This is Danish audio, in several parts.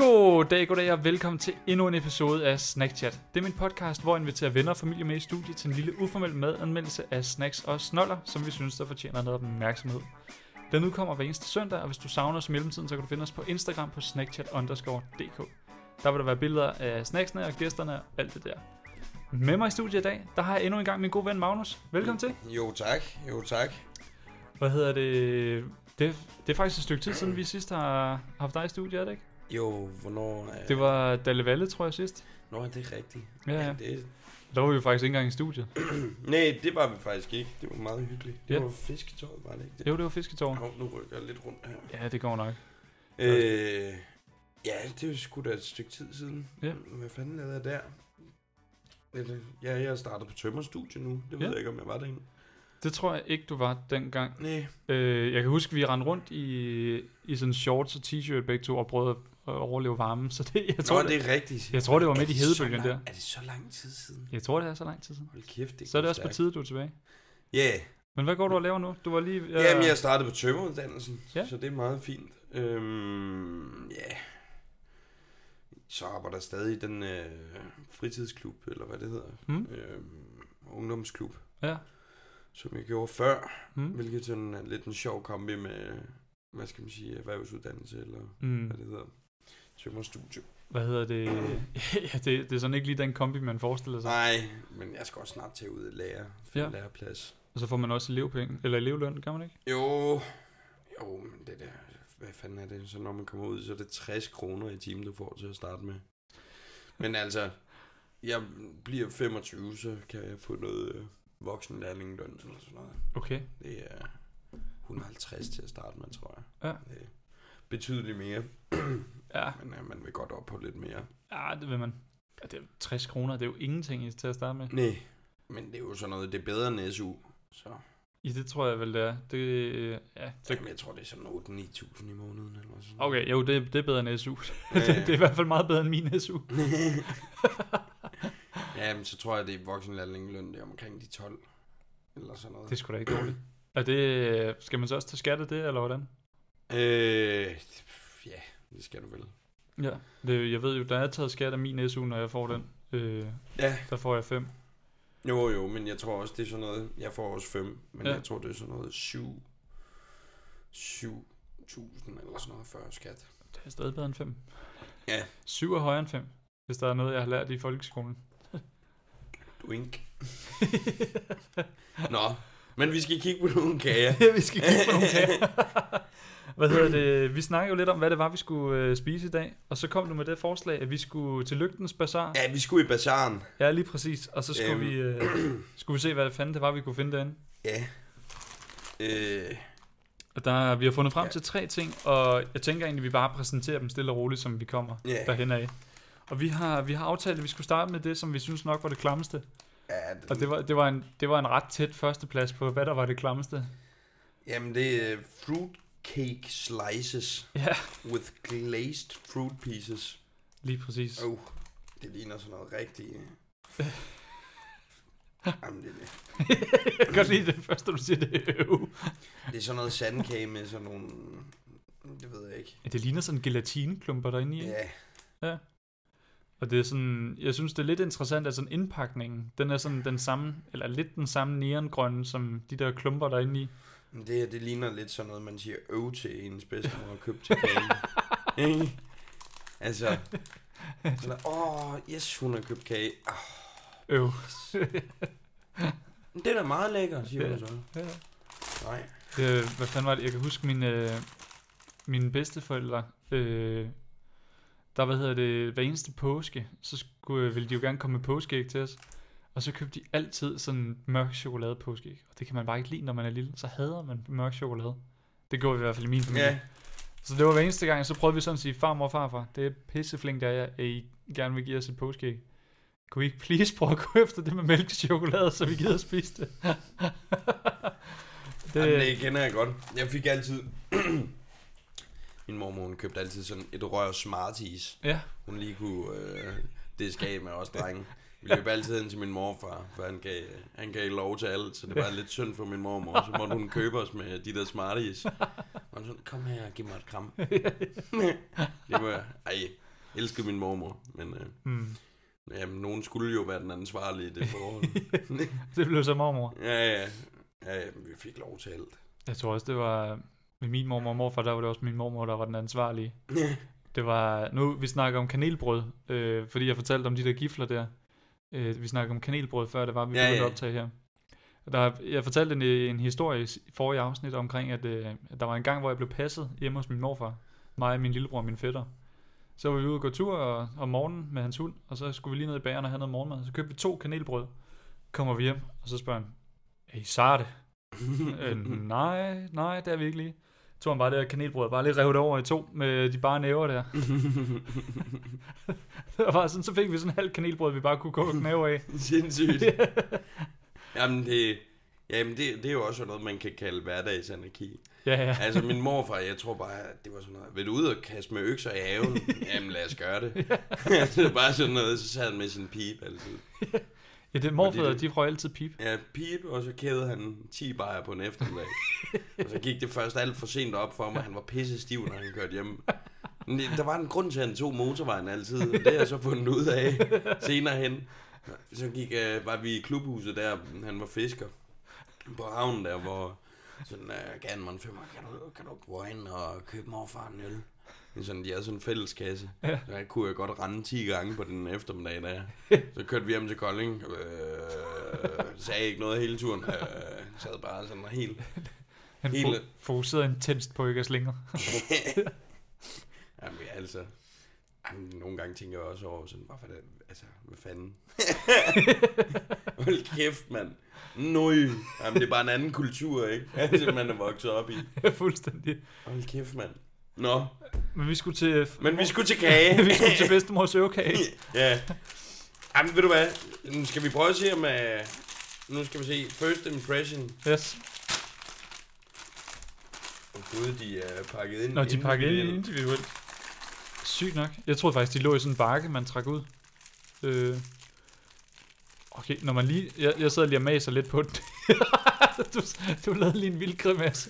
Goddag og velkommen til endnu en episode af Snackchat. Det er min podcast, hvor jeg inviterer venner og familie med i studiet til en lille uformel madanmeldelse af snacks og snoller, som vi synes, der fortjener noget opmærksomhed. Den udkommer hver eneste søndag, og hvis du savner os i mellemtiden, så kan du finde os på Instagram på snackchat_dk. Der vil der være billeder af snacksene og gæsterne og alt det der. Med mig i studiet i dag, der har jeg endnu en gang min gode ven Magnus. Velkommen til. Jo tak. Hvad hedder det? Det er faktisk et stykke tid siden, vi sidst har haft dig i studiet, er det ikke? Jo, hvornår... Det var Dalle Valle, tror jeg, sidst. Nå, det er rigtigt. Ja. Det... Der var vi jo faktisk ikke engang i studiet. Nej, det var vi faktisk ikke. Det var meget hyggeligt. Ja. Det var fisketåret, var det ikke det? Jo, det var fisketåret. Nu rykker jeg lidt rundt her. Ja, det går nok. Ja, det er sgu da et stykke tid siden. Ja. Hvad fanden lavede jeg der? Ja, jeg har startet på tømmerstudie nu. Det ved jeg ikke, om jeg var derinde. Det tror jeg ikke, du var dengang. Nej. Jeg kan huske, vi rendte rundt i sådan shorts og t-shirt begge to og prøvede at overleve varmen. Så det, jeg tror, det er rigtigt. Jeg tror, det var midt i hedebølgen der. Er det så lang tid siden? Jeg tror, det er så lang tid siden. Hold kæft, det så er det også på tide, du er tilbage. Ja. Yeah. Men hvad går du og laver nu? Du var lige... Jamen, jeg startede på tømmeruddannelsen, ja. Så det er meget fint. Ja. Så arbejder der stadig i den fritidsklub, eller hvad det hedder. Ungdomsklub. Ja. Som jeg gjorde før, hvilket er sådan lidt en sjov kombi med, hvad skal man sige, erhvervsuddannelse, eller hvad det hedder, tømmerstudie. Hvad hedder det? Ja, det er sådan ikke lige den kombi, man forestiller sig. Nej, men jeg skal også snart til ud og lære, læreplads. Og så får man også elevpenge, eller elevløn, kan man ikke? Jo, men det der, hvad fanden er det? Så når man kommer ud, så er det 60 kroner i timen, du får til at starte med. Men altså, jeg bliver 25, så kan jeg få noget... voksenlærlingeløn eller sådan noget. Okay. Det er 150 til at starte med, tror jeg. Ja. Det er betydeligt mere. Ja. Men man vil godt op på lidt mere. Ja, det vil man. Ja, det er 60 kroner, det er jo ingenting til at starte med. Nej, men det er jo sådan noget, det er bedre end SU. Så. Ja, det tror jeg vel, det er. Jamen, jeg tror, det er sådan 8-9.000 i måneden eller sådan. Okay, jo, det er bedre end SU. Det er i hvert fald meget bedre end min SU. Ja, men så tror jeg, det er voksenlærlingeløn, det er omkring de 12, eller sådan noget. Det er sgu da ikke dårligt. Er det, skal man så også tage skat af det, eller hvordan? Ja, det skal du vel. Ja, jeg ved jo, der er taget skat af min SU, når jeg får den. Ja. Der får jeg 5. Jo, men jeg tror også, det er sådan noget, jeg får også 5, men jeg tror, det er sådan noget 7.000 eller sådan noget før skat. Det er stadig bedre end 5. Ja. 7 er højere end 5, hvis der er noget, jeg har lært i folkeskolen. Wink. Nå, men vi skal kigge på nogle kager. Ja, vi skal kigge på nogle kager. Hvad hedder det? Vi snakkede jo lidt om, hvad det var, vi skulle spise i dag. Og så kom du med det forslag, at vi skulle til Lygtens Bazar. Ja, vi skulle i bazaren. Ja, lige præcis. Og så skulle vi se, hvad fanden det var, vi kunne finde derinde. Ja. Og vi har fundet frem til 3 ting, og jeg tænker egentlig, at vi bare præsenterer dem stille og roligt, som vi kommer derhen af. Og vi har aftalt, at vi skulle starte med det, som vi synes nok var det klammeste. Ja, og det var en ret tæt førsteplads på, hvad der var det klammeste. Jamen, det er fruitcake slices with glazed fruit pieces. Lige præcis. Det ligner sådan noget rigtigt... Jamen, det er det. Jeg kan godt lide det første, du siger det. Det er sådan noget sandkage med sådan nogle... Det ved jeg ikke. Ja, det ligner sådan gelatineklumper derinde i. Ja. Og det er sådan, jeg synes det er lidt interessant, at sådan indpakningen, den er sådan den samme, eller lidt den samme neongrønne, som de der klumper derinde i. Det ligner lidt sådan noget, man siger til ens bedstemor har købt til kagen. Altså, sådan, yes, hun har købt kage. Det er da meget lækker, siger hun så. Ja. Nej. Hvad fanden var det? Jeg kan huske mine bedsteforældre, hver eneste påske, så ville de jo gerne komme med påskeæg til os. Og så købte de altid sådan mørk chokolade påskeæg. Og det kan man bare ikke lide, når man er lille. Så hader man mørk chokolade. Det gjorde vi i hvert fald i min familie. Ja. Så det var hver eneste gang, så prøvede vi sådan at sige, farmor og farfar, det er pisseflink, at I gerne vil give os et påskeæg. Kunne I ikke please prøve at gå efter det med mælkechokolade, så vi gider at spise det? Det kender jeg godt. Jeg fik altid... Min mormor, hun købte altid sådan et rør Smarties. Ja. Hun lige kunne diske af med os drenge. Vi løb altid ind til min morfar, for han gav lov til alt, så det var lidt synd for min mormor. Så måtte hun købe os med de der Smarties. Og sådan, kom her og giv mig et kram. Det var, elskede min mormor, men jamen, nogen skulle jo være den ansvarlige i det forhold. Det blev så mormor. Ja, vi fik lov til alt. Jeg tror også, det var med min mormor og morfar, der var det også min mormor, der var den ansvarlige. Det var, nu vi snakker om kanelbrød, fordi jeg fortalte om de der gifler der. Vi snakker om kanelbrød før, det var, vi begyndte at optage her. Jeg fortalte en historie i forrige afsnit omkring, at der var en gang, hvor jeg blev passet hjemme hos min morfar. Mig, min lillebror og min fætter. Så var vi ude og gå tur om morgenen med hans hund, og så skulle vi lige ned i bageren og have noget morgenmad. Så købte vi 2 kanelbrød. Kommer vi hjem, og så spørger han, er I sarte? Nej, det er vi ikke lige. Jeg tog han bare det her kanelbrød, bare lige revet over i 2 med de bare næver der. Det var bare sådan, så fik vi sådan en halv kanelbrød, vi bare kunne koge næver af. Sindssygt. Jamen det er jo også noget, man kan kalde hverdagsanarki. Ja. Altså min morfar, jeg tror bare, det var sådan noget, vil du ud og kaste med økser i haven? Jamen lad os gøre det. Det er bare sådan noget, så sad han med sin pip altid. Ja, det morfar, de røg altid pip. Ja, pip, og så kævede han 10 bajer på en eftermiddag. Og så gik det først alt for sent op for mig, han var pisse stiv, når han kørte hjem. Men der var en grund til, at han tog motorvejen altid, og det har jeg så fundet ud af senere hen. Så var vi i klubhuset der, han var fisker på havnen der, hvor sådan, gav han mig en 5, kan du gå ind og købe morfar en øl? Sådan, de havde sådan en fælleskasse, så jeg kunne godt rende 10 gange på den eftermiddag der. Så kørte vi hjem til Kolding, sagde ikke noget hele turen, sad bare sådan helt... Han fokuserede intenst på ikke at slinger. Jamen altså... nogle gange tænker jeg også over sådan, hvorfor det, altså, hvad fanden? Hold kæft, mand. Nøj. Jamen, det er bare en anden kultur, ikke? Altså, man er vokset op i. Ja, fuldstændig. Hold kæft, mand. Nå. Men vi skulle til... kage. Vi skulle til bedstemors øvekage. Ja. Jamen, ved du hvad? Nu skal vi prøve at se om... nu skal vi se. First impression. Yes. Gud, de er pakket ind. Nå, de er pakket ind individuelt. Sygt nok. Jeg troede faktisk, de lå i sådan en bakke, man trak ud. Okay, når man lige... Jeg sidder lige og maser lidt på den. du lavede lige en vild grimasse.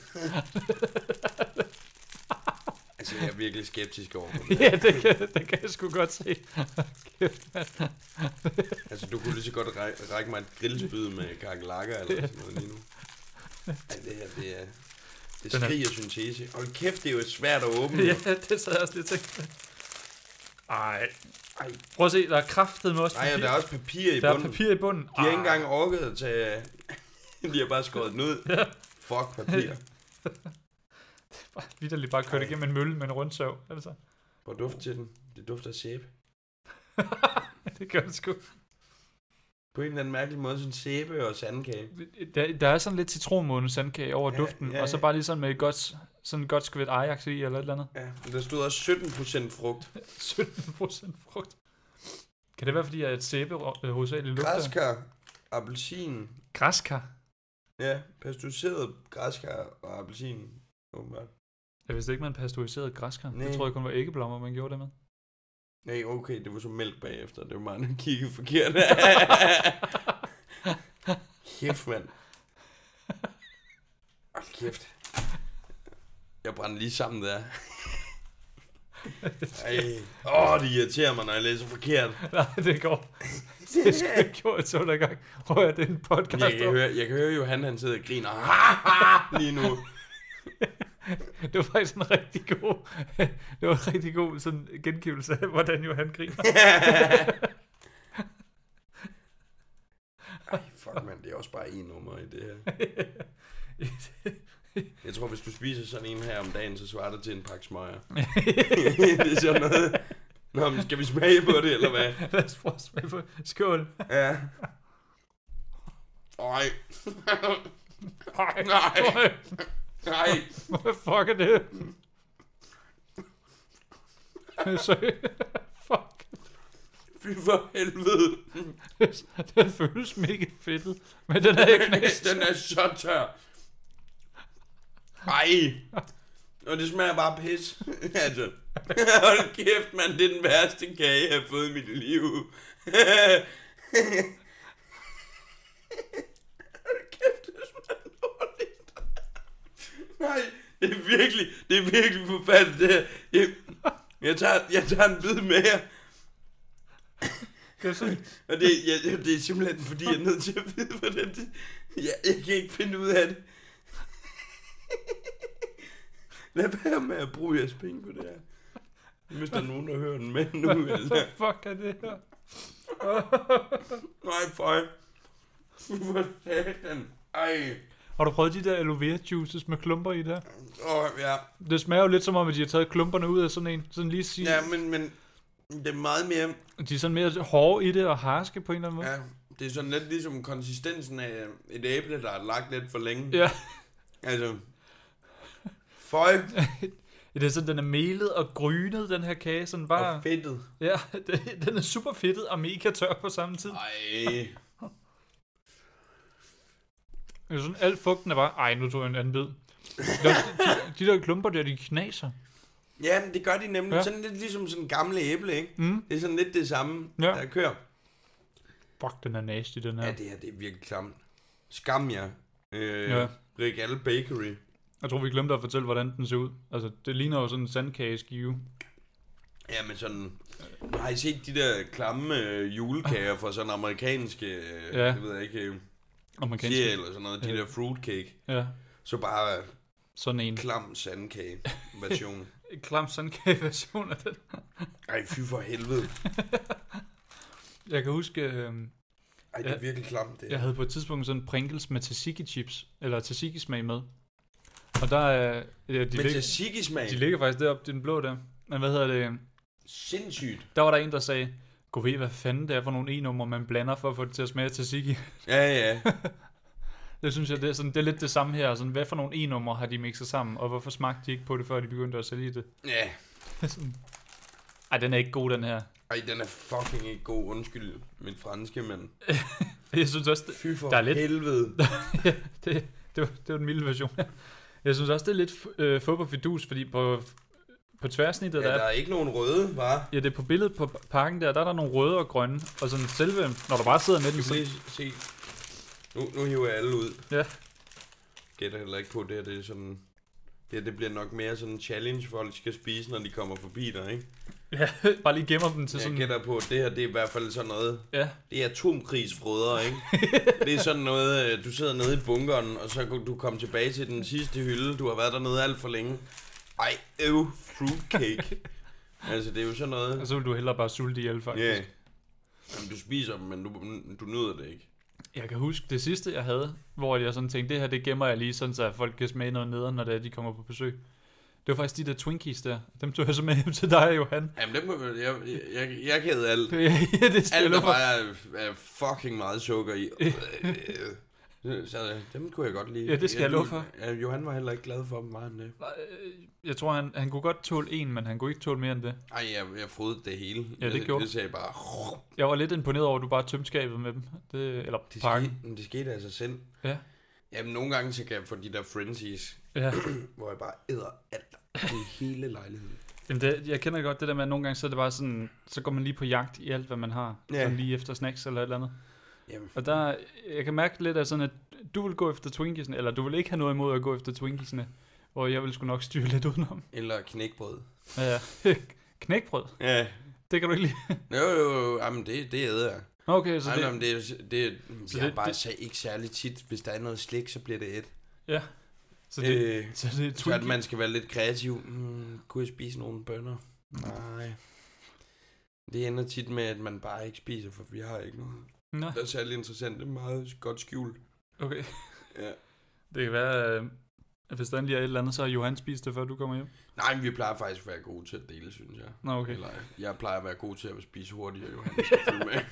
Altså, jeg er virkelig skeptisk over det. Ja, det kan jeg sgu godt se. Kæft, mand. Altså, du kunne lige så godt række mig et grillspyd med kakelakker eller sådan noget lige nu. Ej, det her, det skriger syntese. Hold kæft, det er jo svært at åbne. Ja, det sad jeg også lidt tænkt. Ej. Prøv at se, der er kraftet med også papir. Nej, der er også papir i bunden. Der er papir i bunden. De har ikke engang orket at tage... De har bare skåret den ud. Ja. Fuck papir. Vitterligt bare kørt igennem en mølle med en rundsøv. Altså. Hvor duft til den? Det dufter af sæbe. Det gør det sgu. På en eller anden mærkelig måde, sådan sæbe og sandkage. Der er sådan lidt citronmåne sandkage over duften, og så bare lige sådan med et godt skvæt Ajax i, eller et eller andet. Ja, men der stod også 17% frugt. 17% frugt. Kan det være, fordi jeg er et sæbe hovedsageligt lugter? Græskar, appelsin. Græskar? Ja, pasteuriseret græskar og appelsin, åbenbart. Jeg vidste ikke, man pasteuriserede græskar. Jeg troede kun var æggeblommer, man gjorde det med. Nej, okay, det var så mælk bagefter. Det var meget, der kiggede forkert. Kæft, mand. Hold kæft. Jeg brænder lige sammen der. Det irriterer mig, når jeg læser forkert. Nej, det går. Det er sgu ikke gjort sådan en gang. Prøv at det er en podcast. Jeg kan høre Johan, han sidder og griner lige nu. Det var faktisk en rigtig god sådan gengivelse af, hvordan Johan griner. Ej, fuck mand, det er også bare en nummer i det her. Jeg tror, hvis du spiser sådan en her om dagen, så svarer det til en pakke smøger. Det er sådan noget. Nå, men skal vi smage på det, eller hvad? Lad os prøve at smage på det. Skål. Ja. Nej. Nej. Hvad fuck er det? Fuck. Fy for helvede. Den føles mega fedtet, men den er ikke næsten. Den er så tør. Ej. Og det smager bare pis. Altså. Hold kæft, mand. Det er den værste kage, jeg har fået i mit liv. Hold kæft, det smager dårligt. Nej, det er virkelig forfærdeligt det her. Jeg tager en bid med her. Og det er simpelthen, fordi jeg er nødt til at vide, hvordan det... Jeg kan ikke finde ud af det. Lad være med at bruge jeres penge på det her. Hvis der er nogen, der hører den med nu. Hvad fuck er det her? Nej, føj. For satan. Ej. Har du prøvet de der aloe vera juices med klumper i der? Ja. Det smager jo lidt som om, at de har taget klumperne ud af sådan en. Sådan lige sige. Ja, men det er meget mere... De er sådan mere hårde i det og harske på en eller anden måde. Ja, det er sådan lidt ligesom konsistensen af et æble, der er lagt lidt for længe. Ja. Altså... Føj. Det er sådan, den er melet og grynet, den her kage. Sådan bare... Og fedtet. Ja, den er super fedtet og mega tør på samme tid. Ej. Det er sådan, alt fugten er bare... Ej, nu tog jeg en anden bid. De der klumper der, de knaser. Ja, men det gør de nemlig. Ja. Sådan lidt ligesom sådan en gamle æble, ikke? Mm. Det er sådan lidt det samme, Ja. der kører. Fuck, den er nasty, den her. Ja, det her, det er virkelig klamt. Skam jer. Ja. Regal Bakery. Jeg tror, vi glemte at fortælle, hvordan den ser ud. Altså, det ligner jo sådan en sandkageskive. Ja, men sådan... Har I set de der klamme julekager fra sådan amerikanske... Ja. Jeg ved ikke... Amerikanske. Cereal eller sådan noget. De der fruitcake. Ja, Så bare sådan en. klam sandkage version. En klam sandkageversion af den. Ej, fy for helvede. Jeg kan huske, Ej, det er virkelig klamt, det. jeg havde på et tidspunkt sådan Pringles med tzatziki chips, eller tzatziki smag med. Og der er... Men tzatziki smag? De ligger faktisk deroppe, den blå der. Men hvad hedder det? Sindssygt. Der var der en, der sagde, gå ved, hvad fanden det er for nogle e-numre, man blander for at få det til at smage af tzatziki. Ja. Det synes jeg, det er lidt det samme her. Sådan, hvad for nogle e-numre har de mixet sammen, og hvorfor smagte de ikke på det, før de begyndte at sælge det? Ja. Ej, den er ikke god, den her. Ej, den er fucking ikke god. Undskyld mit franske, men... Jeg synes også, Fy for der er lidt... helvede. det var den milde version. Jeg synes også, det er lidt fup og fidus, fordi på tværsnittet Ja, der er ikke nogen røde, var. Ja, det er på billedet på pakken der er der nogle røde og grønne. Og sådan selve, når du bare sidder med den... Du kan lige se. Nu hiver jeg alle ud. Ja. Gætter heller ikke på det her, det er sådan... Det bliver nok mere sådan en challenge, folk skal spise, når de kommer forbi dig, ikke? Ja, bare lige gemmer dem til sådan... Jeg gætter på, at det her, det er i hvert fald sådan noget... Ja. Det er atomkrigsfrødder, ikke? Det er sådan noget, du sidder nede i bunkeren, og så kan du komme tilbage til den sidste hylde. Du har været dernede alt for længe. Ej, fruitcake. Altså, det er jo sådan noget... Og så vil du hellere bare sulte ihjel, faktisk. Ja. Yeah. Jamen, du spiser dem, men du nyder det ikke. Jeg kan huske det sidste, jeg havde, hvor jeg sådan tænkte, det her, det gemmer jeg lige, sådan så folk kan smage noget nederen, når det er, de kommer på besøg. Det var faktisk de der Twinkies der. Dem tog jeg så med hjem til dig, Johan. Jamen, dem, jeg kan æde alt. Ja, det alt, der bare er fucking meget sukker i. Så dem kunne jeg godt lide. Ja, det skal jeg love for. Johan var heller ikke glad for dem, meget end det. Jeg tror, han kunne godt tåle en, men han kunne ikke tåle mere end det. Ej, jeg fodede det hele. Ja, det gjorde. Det sagde bare... Jeg var lidt imponeret over, at du bare tømte skabet med dem. Eller pakken. Det skete af sig selv. Ja. Jamen, nogle gange så kan jeg få de der frenzies, ja. hvor jeg bare æder alt i hele lejligheden. Jamen jeg kender godt det der med, at nogle gange så er det bare sådan, så går man lige på jagt i alt, hvad man har. Ja. Sådan lige efter snacks eller et eller andet. Jamen. Og der, jeg kan mærke lidt af sådan, at du vil gå efter Twinkies'ene, eller du vil ikke have noget imod at gå efter Twinkies'ene, hvor jeg vil sgu nok styre lidt udenom. Eller knækbrød. Ja, knækbrød. Ja. Det kan du ikke lide. Jo, jamen det æder jeg. Okay, så jamen, jeg er bare ikke særlig tit, hvis der er noget slik, så bliver det et. Ja. Så det er så at man skal være lidt kreativ. Kunne jeg spise nogle bønner? Nej. Det ender tit med, at man bare ikke spiser, for vi har ikke noget. Nej. Det er særlig interessant. Det er meget godt skjult. Okay. Ja. Det kan være, at hvis der endelig er et eller andet, så har Johan spist det, før du kommer hjem. Nej, men vi plejer faktisk at være gode til at dele, synes jeg. Nå, okay. Eller jeg plejer at være god til at spise hurtigere, Johan skal følge med.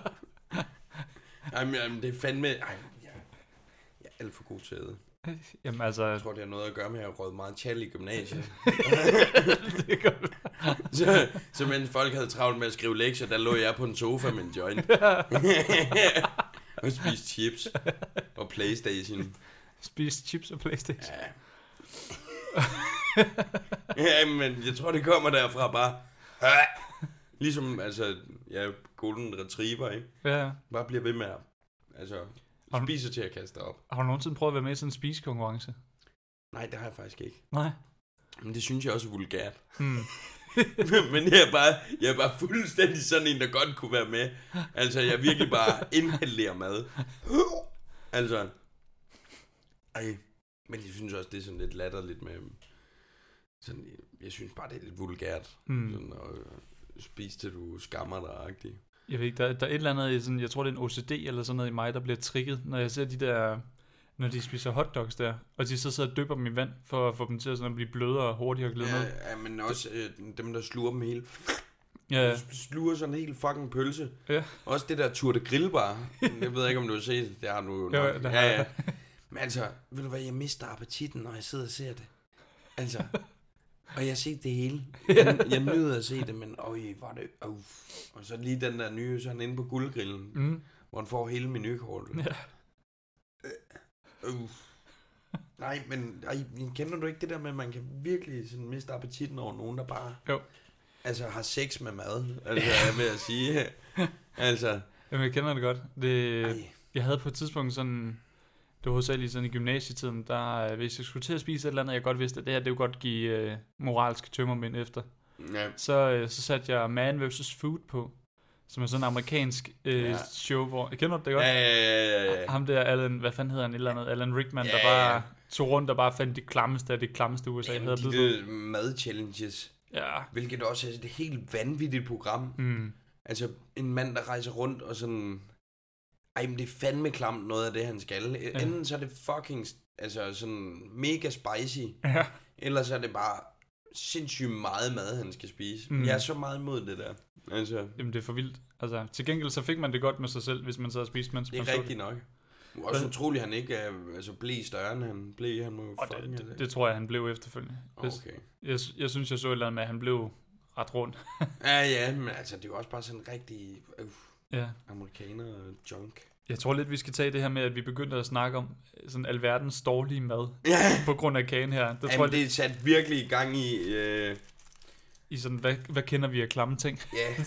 Jamen, det er fandme... Jeg er alt for god til at æde. Jamen altså... Jeg tror, det har noget at gøre med, at jeg rød meget tjal i gymnasiet. Det kan så mens folk havde travlt med at skrive lektier, der lå jeg på en sofa med en joint. Og spiste chips og Playstation. Spiste chips og Playstation? Ja. Ja, men jeg tror, det kommer derfra bare... Ligesom, altså, golden retriever, ikke? Ja. Bare bliver ved med at... Altså, spiser til at kaste op. Har du nogensinde prøvet at være med i sådan en spisekonkurrence? Nej, det har jeg faktisk ikke. Nej. Men det synes jeg også er vulgært. Men jeg er bare fuldstændig sådan en, der godt kunne være med. Altså, jeg virkelig bare inhalerer mad. Altså, men jeg synes også, det er sådan lidt latterligt med, sådan, jeg synes bare, det er lidt vulgært. Sådan at spise til du skammer dig-agtigt. Jeg ved ikke, der er et eller andet, sådan, jeg tror det er en OCD eller sådan noget i mig, der bliver trigget, når jeg ser de der, når de spiser hotdogs der, og de så sidder og dypper dem i vand, for at få dem til sådan at blive blødere og hurtigere og glide ned. Ja, men også dem, der sluger dem hele. Ja. Sluger sådan en helt fucking pølse. Ja. Også det der Tour de Grill bare. Jeg ved ikke, om du har set det. Det har du jo nok. Ja. Men altså, ved du hvad, jeg mister appetitten, når jeg sidder og ser det. Altså, og jeg har set det hele. Jeg nyder at se det, men var det... Og så lige den der nye, sådan inde på guldgrillen, hvor han får hele menukortet. Ja. Nej, men kender du ikke det der med, at man kan virkelig sådan miste appetitten over nogen, der bare... Jo. Altså har sex med mad, altså jeg vil sige. Altså. Jamen, jeg kender det godt. Jeg havde på et tidspunkt sådan, det var hovedsageligt sådan i gymnasietiden, der hvis jeg skulle til at spise et eller andet, jeg godt vidste, at det her, det ville godt give moralske tømmermænd efter. Ja. Så satte jeg Man vs. Food på, som er sådan en amerikansk show, hvor, kender du det godt? Ja. Ham der, Alan, hvad fanden hedder han, et eller andet, Alan Rickman, der bare tog rundt og bare fandt de klammeste af det klammeste USA havde blevet. De mad-challenges. Ja. Hvilket også er et helt vanvittigt program. Altså en mand, der rejser rundt og sådan... men det er fandme klamt noget af det, han skal. Enten så er det fucking... Altså sådan mega spicy. Ja. Ellers så er det bare sindssygt meget mad, han skal spise. Jeg er så meget imod det der. Altså. Jamen det er for vildt. Altså til gengæld så fik man det godt med sig selv, hvis man sad og spiste, mens man så det. Det er rigtigt nok. Også utroligt, han ikke blev større, end han blev. Han må jo det tror jeg, han blev efterfølgende. Okay. Jeg synes, jeg så et eller andet med, at han blev ret rundt. ja, men altså, det er jo også bare sådan en rigtig amerikaner junk. Jeg tror lidt, vi skal tage det her med, at vi begyndte at snakke om sådan alverdens dårlige mad. På grund af kagen her. Det er sat virkelig i gang i... I sådan, hvad kender vi af klamme ting? Ja.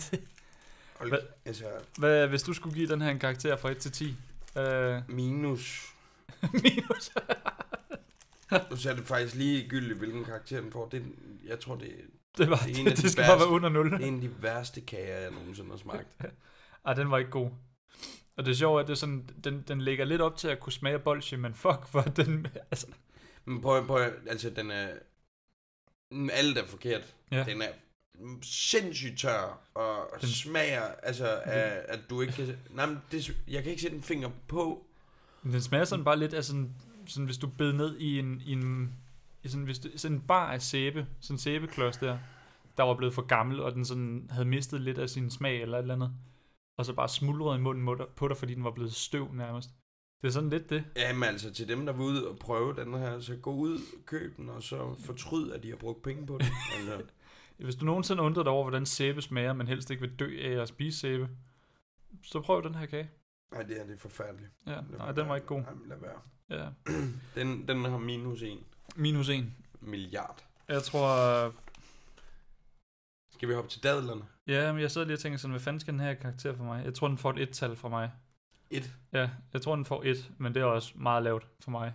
Hvis du skulle give den her en karakter fra 1 til 10? Minus. Minus? Så er det faktisk ligegyldigt, hvilken karakter den får. Jeg tror, det skal bare være under 0. Det er en af de værste kager, jeg nogensinde har smagt. Den var ikke god. Og det er sjovt, at det er sådan, den lægger lidt op til at kunne smage bolsje, men fuck for den... Altså. Men prøv, altså den er... Alt er forkert. Ja. Den er sindssygt tør, og den smager, altså, at du ikke kan... Nej, men jeg kan ikke sætte en finger på. Den smager sådan bare lidt af sådan hvis du bed ned i en sådan en bar af sæbe, sådan en sæbeklods der var blevet for gammel, og den sådan havde mistet lidt af sin smag eller et eller andet, og så bare smuldrede i munden på dig, fordi den var blevet støv nærmest. Det er sådan lidt det. Jamen altså, til dem, der var ude og prøve den her, så gå ud, køb den, og så fortryd, at de har brugt penge på den. Altså. Hvis du nogensinde undrer dig over, hvordan sæbe smager, men helst ikke vil dø af at spise sæbe, så prøv den her kage. Nej, det er forfærdeligt. Ja, nej, den var ikke god. Nej, lad være. Ja. Den har minus 1. Minus 1. Milliard. Jeg tror... Skal vi hoppe til dadlerne? Ja, men jeg sidder lige og tænker sådan, hvad fanden skal den her karakter for mig? Jeg tror, den får et 1-tal fra mig. 1? Ja, jeg tror, den får 1, men det er også meget lavt for mig.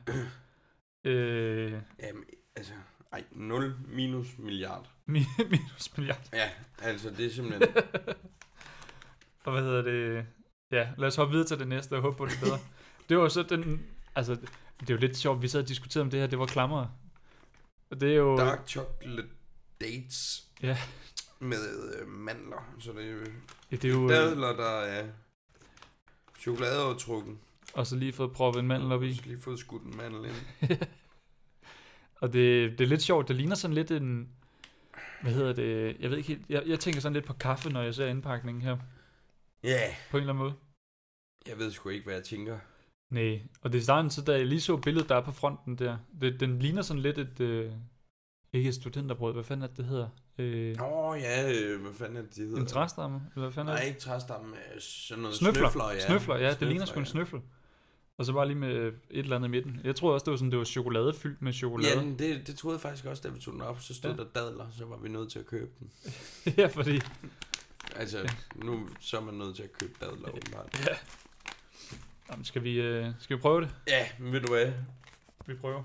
Jamen, altså... 0 minus milliard. Minus milliard? Ja, altså det er simpelthen... Og hvad hedder det? Ja, lad os hoppe videre til det næste, og håbe på det bedre. Det var så den... Altså, det er jo lidt sjovt, vi sad og diskuterede om det her, det var klammere. Og det er jo... Dark chocolate dates. Ja. Med mandler, så det er jo... Dadler, der er chokoladeovertrukken. Og så lige fået proppet en mandel op i. Og så lige fået skudt en mandel ind. Og det er lidt sjovt, det ligner sådan lidt en... Hvad hedder det? Jeg ved ikke helt... Jeg tænker sådan lidt på kaffe, når jeg ser indpakningen her. Ja. Yeah. På en eller anden måde. Jeg ved sgu ikke, hvad jeg tænker. Nej, og det er starten, så da jeg lige så billedet, der er på fronten der, den ligner sådan lidt et... ikke et studenterbrød, hvad fanden er det hedder? Hvad fanden er det hedder? En træstamme? Eller hvad fanden er det? Nej, ikke træstamme, sådan noget snøfler. Ja. Snøfler, ja, det ligner sgu en snøffel. Og så bare lige med et eller andet i midten. Jeg troede også, det var sådan, det var chokolade fyldt med chokolade. Ja, det troede jeg faktisk også, da vi tog den op. Så stod der dadler, så var vi nødt til at købe den. Ja, fordi... Altså, nu så er man nødt til at købe dadler, åbenbart. Ja. Jamen, skal vi prøve det? Ja, men ved du hvad? Vi prøver.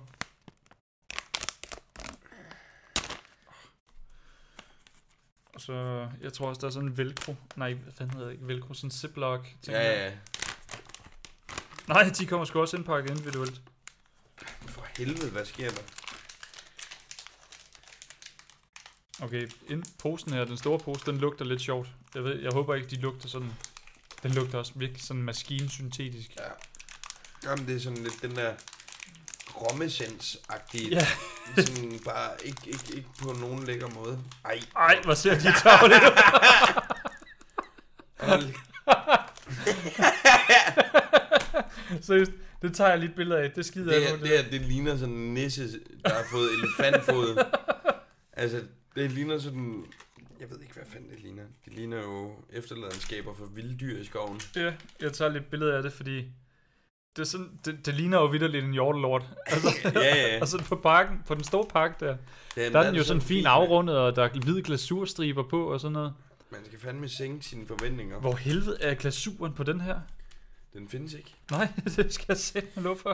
Og så, jeg tror også, der er sådan en velcro. Nej, hvad fanden hedder det ikke? Velcro, sådan en ziplock. Ja. Nej, de kommer sgu også indpakket individuelt. For helvede, hvad sker der? Okay, posen her, den store pose, den lugter lidt sjovt. Jeg håber ikke, de lugter sådan. Den lugter også virkelig sådan maskinsyntetisk. Ja. Jamen, det er sådan lidt den der rommesens-agtige. Ja. Sådan bare ikke på nogen lækker måde. Ej, hvor ser de tavligt ud. Seriøst, det tager jeg lige et billede af. Det skider jeg nu. Det ligner sådan en nisse, der har fået elefantfod. Altså, det ligner sådan... Jeg ved ikke, hvad fanden det ligner. Det ligner jo efterladenskaber for vilde dyr i skoven. Ja, jeg tager lidt billede af det, fordi... Det, er sådan, det ligner jo vitterligt en hjortelort. Altså, ja. Og så på parken, på den store park der, der er den jo sådan fin afrundet, og der er hvide glasurstriber på og sådan noget. Man skal fandme sænke sine forventninger. Hvor helvede er glasuren på den her? Den findes ikke. Nej, det skal jeg sætte mig lov for.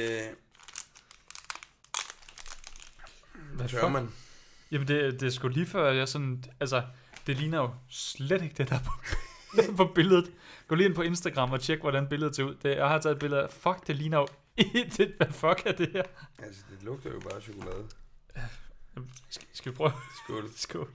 Hvad tør man? Jamen det er sgu lige før jeg sådan... Altså, det ligner jo slet ikke det der på billedet. Gå lige ind på Instagram og tjek, hvordan billedet ser ud. Jeg har taget et billede af... Fuck, det ligner jo... Hvad fuck er det her? Altså, det lugter jo bare af chokolade. Skal vi prøve? Skål. Skål.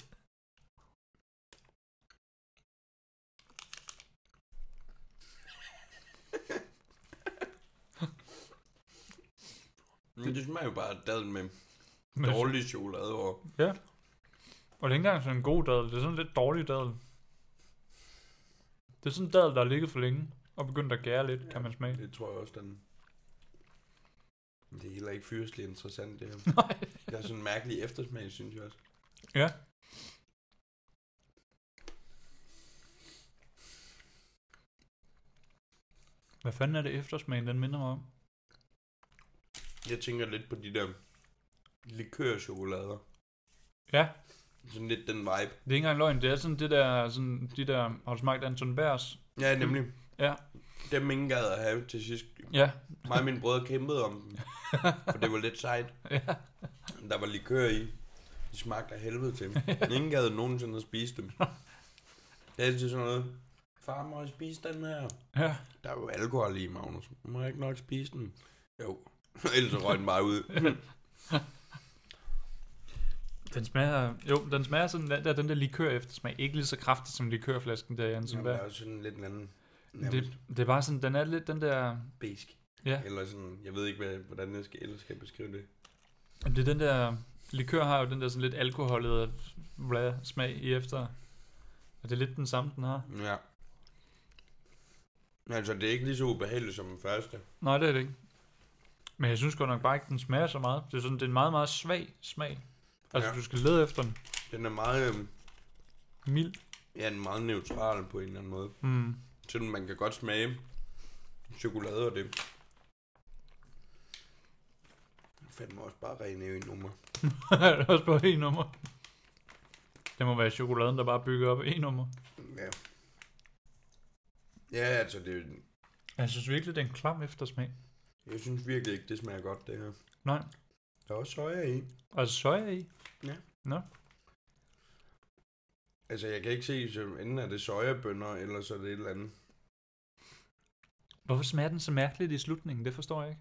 Det smager jo bare dadel med dårlig chokolade over. Ja. Og det er ikke engang sådan en god dadel. Det er sådan lidt dårlig dadel. Det er sådan en dadel, der har ligget for længe. Og begyndt at gære lidt, kan man smage. Det tror jeg også, den... Det er heller ikke fyrstelig interessant, det her. Nej. Det er sådan en mærkelig eftersmag, synes jeg også. Ja. Hvad fanden er det eftersmagen, den minder mig om? Jeg tænker lidt på de der likørchokolader. Ja. Sådan lidt den vibe. Det er ikke engang løgn, det er sådan det der, sådan de der, har du smagt Anton Bergs? Ja, nemlig. Ja. Dem ingen gad at have til sidst. Ja. Mig og mine brødre kæmpede om dem, for det var lidt sejt. Ja. Der var likør i. De smagte af helvede til dem. Ingen gad nogensinde at spise dem. Det er altid sådan noget. Far, må jeg spise den her? Ja. Der er jo alkohol i, Magnus. Må jeg ikke nok spise den? Jo. Ellers så røg den bare ud. Den smager sådan, den der likør eftersmag. Ikke lige så kraftigt som likørflasken der, Jansen. Jamen, der er sådan lidt en anden... Det er bare sådan, den er lidt den der... Besk. Ja. Eller sådan, jeg ved ikke, hvordan jeg ellers skal beskrive det. Det er den der... Likør har jo den der sådan lidt alkoholede smag i efter. Og det er lidt den samme, den har. Ja. Altså, det er ikke lige så ubehageligt som den første. Nej, det er det ikke. Men jeg synes godt nok bare ikke, den smager så meget. Det er sådan, det er en meget, meget svag smag. Altså, du skal lede efter den. Den er meget... mild. Ja, den er meget neutral på en eller anden måde. Mm. Sådan, man kan godt smage chokolade og det. Det fandme også bare rene ø-nummer. Det er også bare E-nummer. Det må være chokoladen, der bare bygger op E-nummer. Ja. Ja, altså det... Jeg synes virkelig, det er en klam eftersmag. Jeg synes virkelig ikke, det smager godt, det her. Nej. Der er også soja i. Og soja i? Ja. Nå. Altså, jeg kan ikke se, så enten er det sojabønner, eller så er det et eller andet. Hvorfor smager den så mærkeligt i slutningen? Det forstår jeg ikke.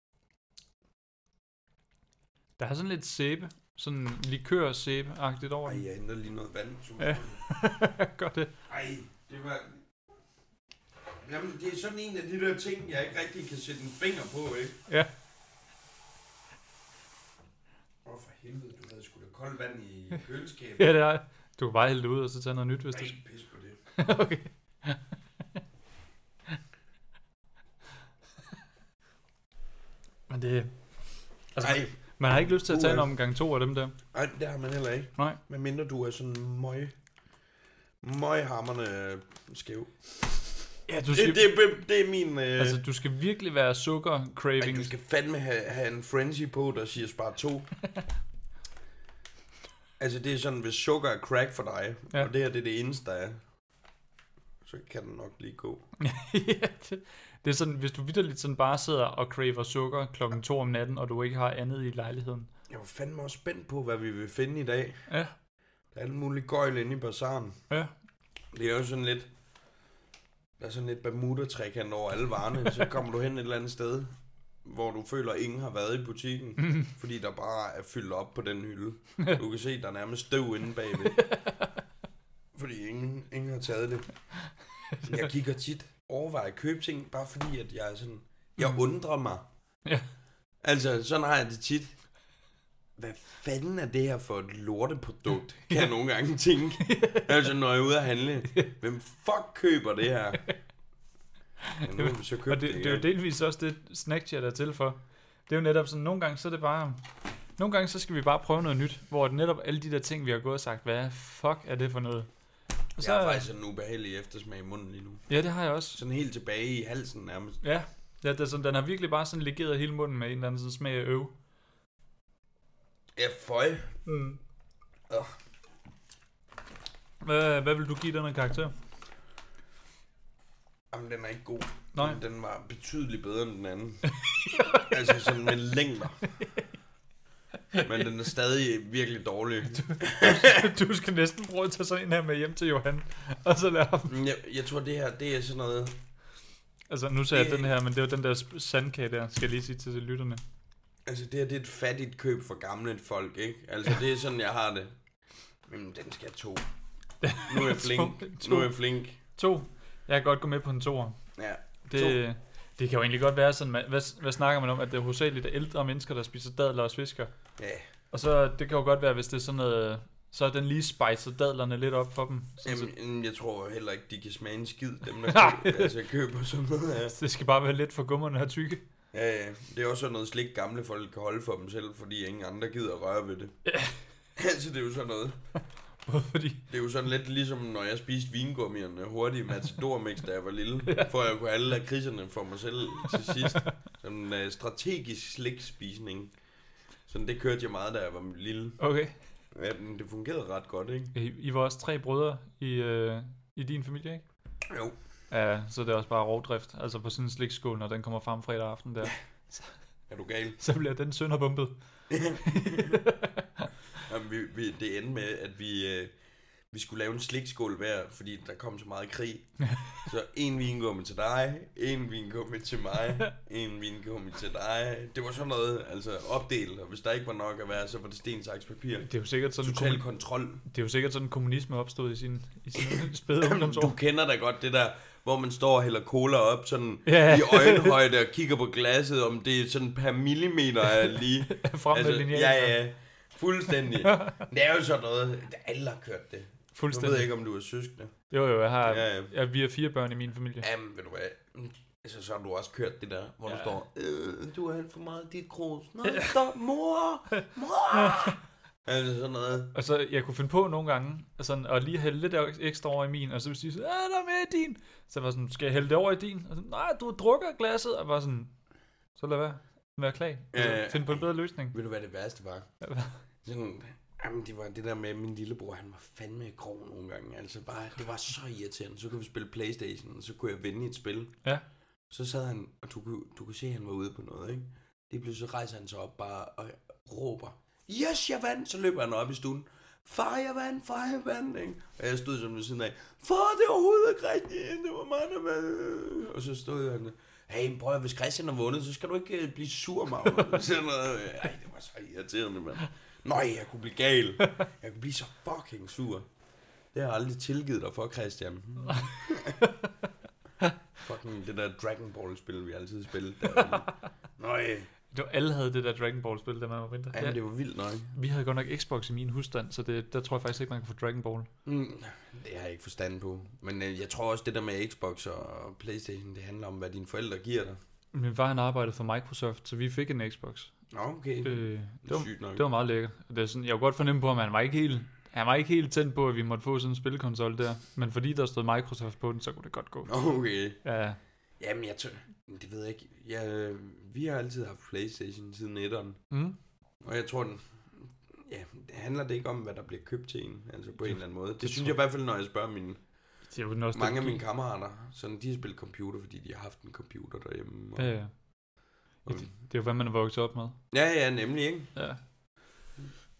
Der er sådan lidt sæbe. Sådan likør-sæbe-agtigt over. Ej, jeg henter lige noget vand. Ja, gør det. Ej, det var... Jamen, det er sådan en af de der ting, jeg ikke rigtig kan sætte en finger på, ikke? Ja. For helvede, du havde sgu da koldt vand i køleskabet. Ja, det er. Du kan bare hælde det ud, og så tage noget nyt, hvis Ej, det... pis på det. Okay. Men det... Altså, man har ikke lyst til at tage en omgang 2 af dem der. Nej, det har man heller ikke. Nej. Men mindre du er sådan møghamrende skæv. Ja, du skal... Det er min... Altså, du skal virkelig være sukker-craving. Du skal fandme have en frenzy på, der siger spar 2. Altså, det er sådan, hvis sukker er crack for dig, ja. Og det her det er det eneste, der er, så kan den nok lige gå. Ja, det er sådan, hvis du vitterligt sådan bare sidder og craver sukker klokken 2 om natten, og du ikke har andet i lejligheden. Jeg var fandme også spændt på, hvad vi vil finde i dag. Ja. Der er alt muligt gøjl inde i bazaren. Ja. Det er jo sådan lidt... Der er sådan lidt Bermuda-trekant over alle varerne. Så kommer du hen et eller andet sted, hvor du føler, at ingen har været i butikken. Fordi der bare er fyldt op på den hylde. Du kan se, der er nærmest støv inde bagved. Fordi ingen har taget det. Jeg kigger tit overvejer at købe ting, bare fordi, at jeg er sådan... Jeg undrer mig. Ja. Altså, sådan har jeg det tit. Hvad fanden er det her for et lorteprodukt? Kan jeg nogle gange tænke. Altså, når jeg er ude at handle. Hvem fuck køber det her? Ja, nu, så og det er jo delvis også det, Snackchat er til for. Det er jo netop sådan, nogle gange så er det bare... Nogle gange så skal vi bare prøve noget nyt, hvor netop alle de der ting, vi har gået og sagt, hvad fuck er det for noget? Og så, jeg har faktisk en ubehagelig eftersmag i munden lige nu. Ja, det har jeg også. Sådan helt tilbage i halsen nærmest. Ja, det er sådan, den har virkelig bare sådan legeret hele munden med en eller anden sådan smag af øv. Ja, føj. Hvad vil du give den her karakter? Jamen, den er ikke god. Nej. Den var betydeligt bedre end den anden. Altså sådan med længder. Men den er stadig virkelig dårlig. Du skal næsten prøve at tage sådan en her med hjem til Johan. Og så lade ham. Jeg tror, det her, det er sådan noget... Altså, nu sagde jeg den her, men det var den der sandkage der, skal jeg lige sige til lytterne. Altså, det her, det er et fattigt køb for gamle folk, ikke? Altså, det er sådan, jeg har det. Men den skal have 2. Nu er jeg flink. Nu er jeg flink. 2. Jeg kan godt gå med på en 2'er. Ja. Det kan jo egentlig godt være sådan, hvad snakker man om, at det er hovedsageligt ældre mennesker, der spiser dadler og svisker. Ja. Og så, det kan jo godt være, hvis det er sådan noget, så er den lige spicet dadlerne lidt op for dem. Jamen, jeg tror heller ikke, de kan smage en skid, dem der køber sådan noget her. Det skal bare være lidt for gummerne og tykke. Ja, det er også sådan noget slik, gamle folk kan holde for dem selv, fordi ingen andre gider at røre ved det. Ja. Altså, det er jo sådan noget. Fordi... Det er jo sådan lidt ligesom, når jeg spiste vingummierne hurtigt Matador-mix, da jeg var lille, for at jeg kunne alle lakridserne for mig selv til sidst. Sådan en strategisk slikspisning. Sådan det kørte jeg meget, da jeg var lille. Okay. Ja, det fungerede ret godt, ikke? I var også 3 brødre i din familie, ikke? Jo. Ja, så det er også bare rovdrift. Altså på sådan en slikskål, når den kommer frem fredag aften der. Er du gal? Så bliver den sønderbumpet. Jamen, det endte med, at vi skulle lave en slikskål hver, fordi der kom så meget krig. Så en vingummi til dig, en vingummi til mig, en vingummi til dig. Det var sådan noget, altså opdelt, og hvis der ikke var nok at være, så var det sten, saks, papir. Det er jo sikkert sådan total kontrol. Det er jo sikkert sådan kommunisme opstod i sin spæde ungdomsår. Du kender da godt det der, hvor man står og hælder cola op sådan i øjenhøjde og kigger på glasset, om det er sådan per millimeter er lige. Frem med linealen. Ja. Fuldstændig. Det er jo sådan noget, alle har kørt det. Fuldstændig. Jeg ved ikke, om du er søskende. Jo, vi har 4 børn i min familie. Jamen, ved du hvad, altså, så har du også kørt det der, hvor du står, du har alt for meget dit krus. Nej, stop, mor! Altså sådan noget. Og så jeg kunne finde på nogle gange, sådan, at lige hælde lidt ekstra over i min, og så ville sige, der er med i din. Så jeg var sådan, skal jeg hælde det over i din? Og så, nej, du drukker glasset. Og var sådan, så lad være klar. Find på en bedre løsning. Ved du, hvad det værste var? Sådan, jamen, det var det der med, min lillebror, han var fandme grov nogle gange. Altså bare, det var så irriterende. Så kunne vi spille PlayStation, og så kunne jeg vinde i et spil. Ja. Så sad han, og du kunne se, at han var ude på noget, ikke? Det pludselig så rejser han sig op bare og råber, yes, jeg vandt! Så løber han op i stuen. Far, jeg vandt, ikke? Og jeg stod sådan ved siden af, far, det var overhovedet ikke rigtigt, det var mig, der vandt. Og så stod han der, hey, prøv hvis Christian har vundet, så skal du ikke blive sur, Magnus. Sådan noget. Ej, det var så irriterende, mand. Nej, jeg kunne blive gal. Jeg kunne blive så fucking sur. Det har jeg aldrig tilgivet dig for, Christian. Fucking det der Dragon Ball-spil, vi altid spillede. Nej. Alle havde det der Dragon Ball-spil, da man var mindre. Ja, det var vildt nok. Vi havde godt nok Xbox i min husstand, så der tror jeg faktisk ikke, man kan få Dragon Ball. Det har jeg ikke forstand på. Men jeg tror også, det der med Xbox og PlayStation, det handler om, hvad dine forældre giver dig. Min far, han arbejdede for Microsoft, så vi fik en Xbox. Okay. Det var meget lækkert. Det er sådan, jeg kunne godt fornemme på, at han var ikke helt tændt på, at vi måtte få sådan en spilkonsol der. Men fordi der stod Microsoft på den, så kunne det godt gå. Okay. Ja. Jamen, det ved jeg ikke. Vi har altid haft PlayStation siden 1'eren. Og jeg tror, det handler det ikke om, hvad der bliver købt til en, altså på en eller anden måde. Det synes jeg i hvert fald, når jeg spørger mange af mine kammerater, sådan de har spillet computer, fordi de har haft en computer derhjemme. Og, ja. Det er jo, hvad man er vokset op med. Ja, nemlig, ikke? Ja.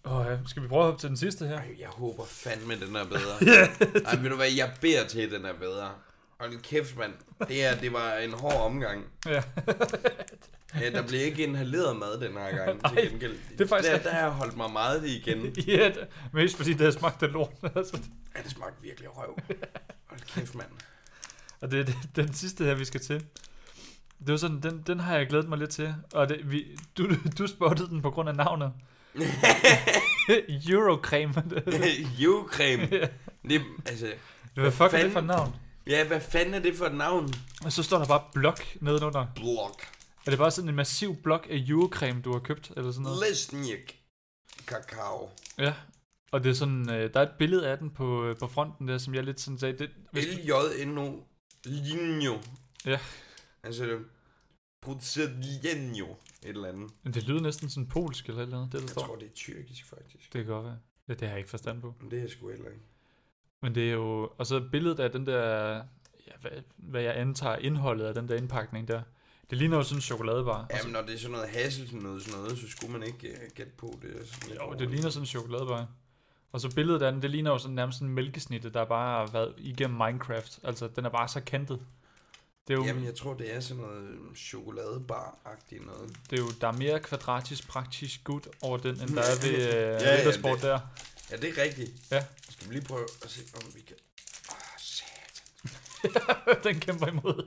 Skal vi prøve at hoppe til den sidste her? Ej, jeg håber fandme, den er bedre. Ej, ved du hvad, jeg beder til, den er bedre. Hold kæft, mand. Det var en hård omgang. Ja. Ja, der blev ikke inhaleret mad den her gang. Til gengæld. Det er faktisk... Der har jeg holdt mig meget igen. Ja, mest fordi det har smagt af lort. Altså. Ja, det smagte virkelig røv. Hold kæft, mand. Og det er den sidste her, vi skal til. Det var sådan, den har jeg glædet mig lidt til. Og du spottede den på grund af navnet. Eurocreme. Eurocreme. Det, altså, hvad fuck er det for et navn? Ja, hvad fanden er det for et navn? Og så står der bare blok nedenunder. Blok. Er det bare sådan en massiv blok af Eurocreme, du har købt? Eller sådan noget? Lesnjek. Kakao. Ja. Og det er sådan, der er et billede af den på fronten der, som jeg lidt sådan sagde. L-J-N-O. Linjo. Ja. Altså, det Pruzedjenjo. Et eller andet. Men det lyder næsten sådan polsk eller noget, det der står. Jeg tror, det er tyrkisk, faktisk. Det kan godt være. Ja, det har jeg ikke forstand på. Men det er jeg sgu heller ikke. Men det er jo... Og så billedet af den der... Ja, hvad jeg antager indholdet af den der indpakning der. Det ligner jo sådan en chokoladebar. Jamen, når det er sådan noget hasselnød, sådan noget, så skulle man ikke gætte på det. Sådan jo, det ligner sådan en chokoladebar. Og så billedet af den, det ligner jo sådan nærmest en mælkesnitte, der bare har været igennem Minecraft. Altså, den er bare så kantet. Det er jo, jamen, jeg tror, det er sådan noget chokoladebar-agtigt noget. Det er jo, der er mere kvadratisk praktisk gut over den, end der er ved Riddersport der. Ja, det er rigtigt. Ja. Skal vi lige prøve at se, om vi kan... Satan. Den kæmper imod.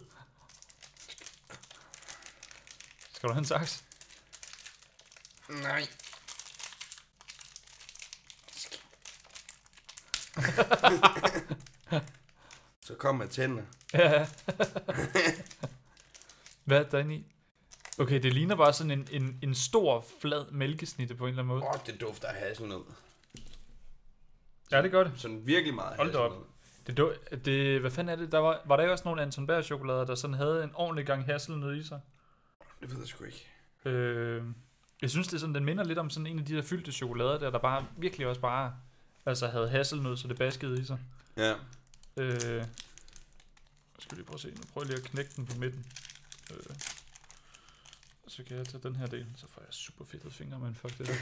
Skal du have en saks? Nej. Så kom med tænder. Ja. Hvad er der inde i? Okay, det ligner bare sådan en stor, flad mælkesnitte på en eller anden måde. Det dufter af hasselnød. Ja, det gør det. Sådan virkelig meget hasselnød. Hold da op. Det, hvad fanden er det? Var der ikke også nogle Anton Berg chokolader, der sådan havde en ordentlig gang hasselnød i sig? Det ved jeg sgu ikke. Jeg synes, det er sådan, den minder lidt om sådan en af de der fyldte chokolader, der bare virkelig også bare altså havde hasselnød, så det baskede i sig. Ja. Skal vi lige prøve at se. Nu prøver jeg lige at knække den på midten. Så kan jeg tage den her del, så får jeg super fedtede fingre, men fuck det der.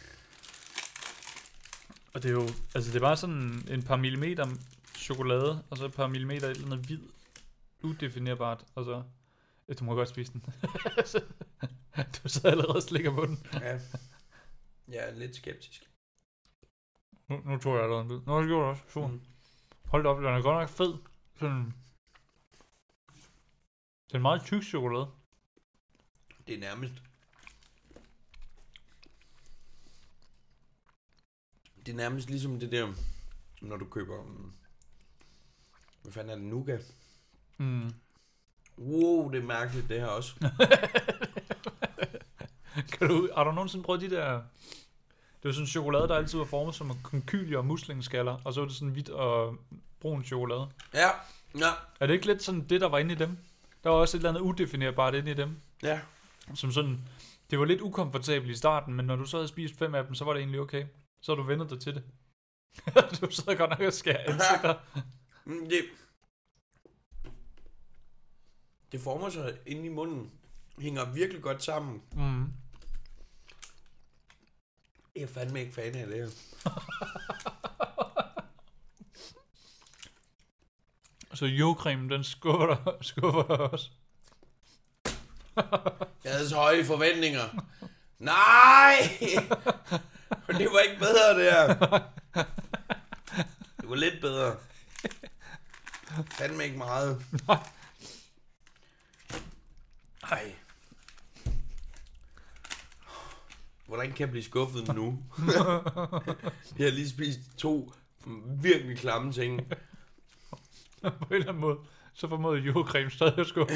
Og det er jo, altså det er bare sådan en par millimeter chokolade, og så et par millimeter et eller andet hvid, udefinerbart, og så, du må godt spise den. Du så allerede og slikker på den. Ja, jeg er lidt skeptisk. Nu tror jeg allerede en bid. Nå, det gjorde det også. Hold da op, den er godt nok fed. Sådan. Det er en meget tyk chokolade. Det er nærmest... Det er nærmest ligesom det der, når du køber... Hvad fanden er det? Nougat? Wow, det er mærkeligt det her også. Har du nogensinde prøvet de der... Det er jo sådan en chokolade, der altid var formet som konkylier og muslingeskaller, og så er det sådan hvidt og brun chokolade. Ja. Er det ikke lidt sådan det, der var inde i dem? Der var også et eller andet udefinerbart inde i dem. Ja. Som sådan... Det var lidt ukomfortabelt i starten, men når du så havde spist 5 af dem, så var det egentlig okay. Så har du vendt dig til det. Du sidder godt nok og skærer ansigter. Det former sig inde i munden. Hænger virkelig godt sammen. Jeg er fandme ikke fan af det her. Så jordcremen, den skuffer dig også. Jeg havde så høje forventninger. Nej! Det var ikke bedre, det her. Det var lidt bedre. Fandme ikke meget. Nej. Hvordan kan jeg blive skuffet nu? Jeg har lige spist 2 virkelig klamme ting. På en eller anden måde, så formåede jordcreme stadig at skuffe.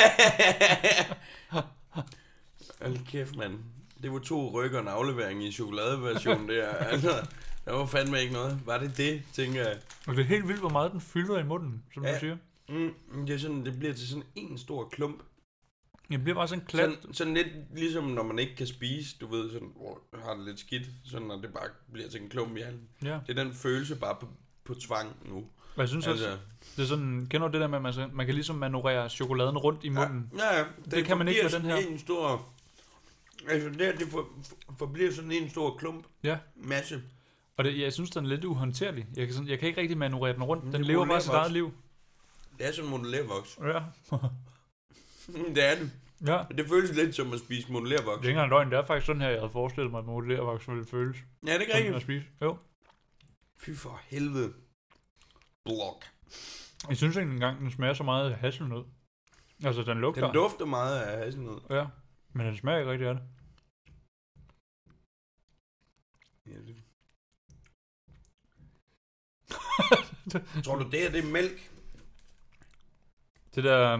Hold kæft, mand. Det var 2 rykker og en aflevering i chokoladeversionen der. Altså, der var fandme ikke noget. Var det, tænker jeg. Og det er helt vildt, hvor meget den fylder i munden, som du siger. Det er sådan, det bliver til sådan en stor klump. Det bliver bare sådan en klat. Sådan lidt ligesom når man ikke kan spise, du ved, sådan, har det lidt skidt, sådan når det bare bliver til en klump i halsen. Ja. Det er den følelse bare på tvang nu. Og jeg synes også, det er sådan, kender du det der med, at man kan ligesom manøvrere chokoladen rundt i munden? Ja. Det kan man ikke med den her. En stor Altså, det forbliver sådan en stor klump. Ja. Masse. Og jeg synes, den er lidt uhåndterlig. Jeg kan ikke rigtig manøvrere den rundt. Den Det lever bare sit eget modellervoks. liv. Det er sådan en modellervoks. Ja. Det er det. Ja. Det føles lidt som at spise modellervoks. Det er ikke engang løgn. Det er faktisk sådan her, jeg havde forestillet mig, at modellervoks ville føles. Ja, det er Sådan rigtigt. at spise. Jo. Fy for helvede. Blok. Jeg synes ikke engang, den smager så meget af hasselnød. Altså, den lugter. Den dufter meget af hasselnød. Ja. Men den smager ikke rigtig af det. Ja, det. Tror du, det er mælk? Det der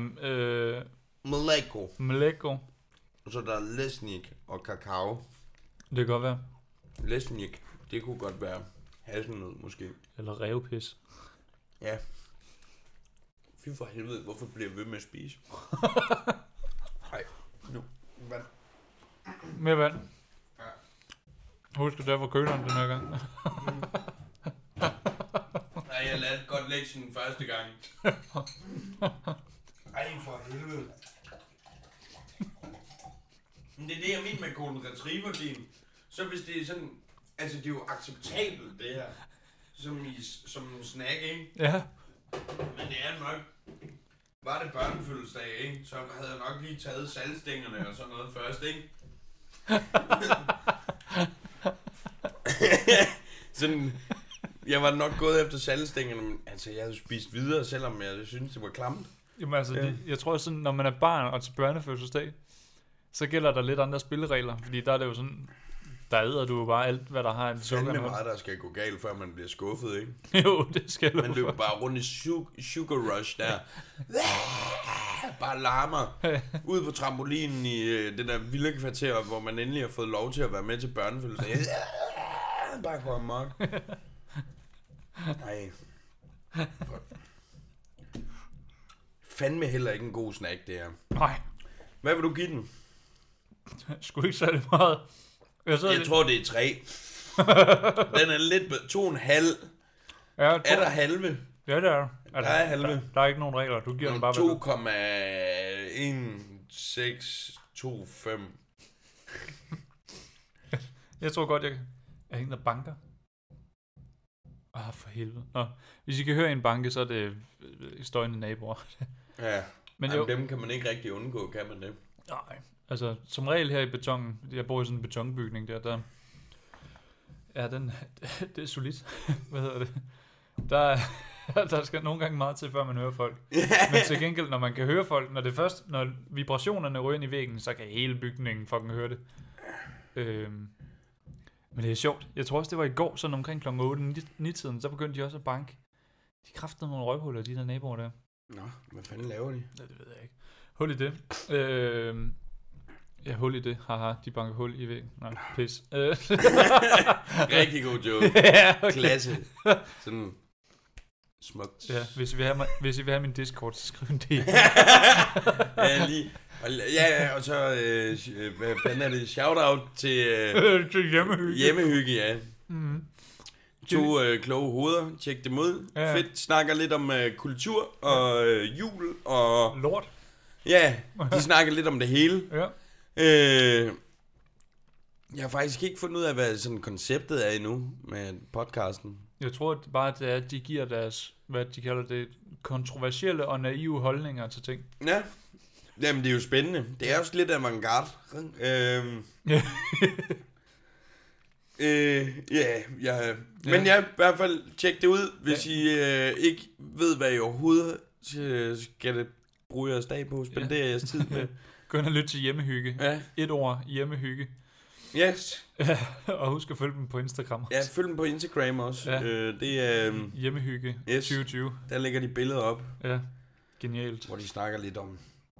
Mleko. Mleko. Og så der er lesnik og kakao. Det kan godt være. Lesnik, det kunne godt være hasselnød måske. Eller revpis. Ja. Fy for helvede, hvorfor bliver jeg ved med at spise? Nej, nu. Vand. Mere vand. Ja. Husk at der var køleren den her gang. Nej, jeg lærte godt lektien første gang. Ej, for helvede. Men det er det, jeg mener med Golden Retriever Game. Så hvis det er sådan... Altså, det er jo acceptabelt, det her. Som en snack, ikke? Ja. Men det er nok... Var det børnefødselsdag, ikke? Så havde jeg nok lige taget saltstængerne og sådan noget først, ikke? Sådan... Jeg var nok gået efter saltstængerne, men altså, jeg havde spist videre, selvom jeg synes det var klamt. Jamen altså, jeg tror sådan, når man er barn og til børnefødselsdag, så gælder der lidt andre spilleregler, fordi der er det jo sådan, der æder du jo bare alt, hvad der har en sukker. Det er meget, der skal gå galt, før man bliver skuffet, ikke? Jo, det skal du. Man løber bare rundt i sugar rush der. Bare larmer. Ude på trampolinen i det der vilde kvarter, hvor man endelig har fået lov til at være med til børnefødselsdag. Bare gå amok. Nej. Fandme heller ikke en god snack, det her. Nej. Hvad vil du give den? Sgu ikke særlig meget. Jeg tror, det er 3. Den er lidt 2,5. Ja, Er der halve? Ja, det er. Der er halve. Der er ikke nogen regler. Du giver den bare 2,1625. Jeg tror godt, jeg er en, der banker. For helvede. Nå. Hvis I kan høre en banke, så er det støjende naboer. Ja, men jamen, dem kan man ikke rigtig undgå, kan man det? Nej, altså som regel her i betongen, jeg bor i sådan en betonbygning der ja, det er solidt. Hvad hedder det? Der skal nogle gange meget til, før man hører folk. Men til gengæld, når man kan høre folk, når vibrationerne ryger ind i væggen, så kan hele bygningen fucking høre det. Men det er sjovt. Jeg tror også, det var i går, sådan omkring kl. 8-9-tiden, så begyndte de også at banke. De kræftede nogle røvhuller, de der naboer der. Nå, hvad fanden laver de? Ja, det ved jeg ikke. Hul i det. Ja, hul i det. Haha, de banker hul i væggen. Nej, pis. Rigtig god joke. Ja, okay. Klasse. Sådan smukt. Ja, hvis I vil have min Discord, så skriv en del. Ja, lige. Ja, og så, hvad fanden er det? Shout-out til hjemmehygge. Hjemmehygge, ja. Mm-hmm. 2 kloge hoveder. Tjek dem ud. Ja. Fedt. Snakker lidt om kultur og jul og... Lort. Ja, de snakker lidt om det hele. Ja. Jeg har faktisk ikke fundet ud af, hvad sådan konceptet er endnu med podcasten. Jeg tror bare, det er, at de giver deres, hvad de kalder det, kontroversielle og naive holdninger til ting. Ja. Jamen, det er jo spændende. Det er også lidt avantgarde. Men ja, i hvert fald tjek det ud, hvis I ikke ved, hvad I overhovedet skal bruge jeres dag på, spendere jeres tid med. Gå ind og lytte til hjemmehygge. Ja. 1 ord, hjemmehygge. Yes. Og husk at følge dem på Instagram. Ja, følg dem på Instagram også. Ja. Det er hjemmehygge 2020. Der lægger de billeder op. Ja, genialt. Hvor de snakker lidt om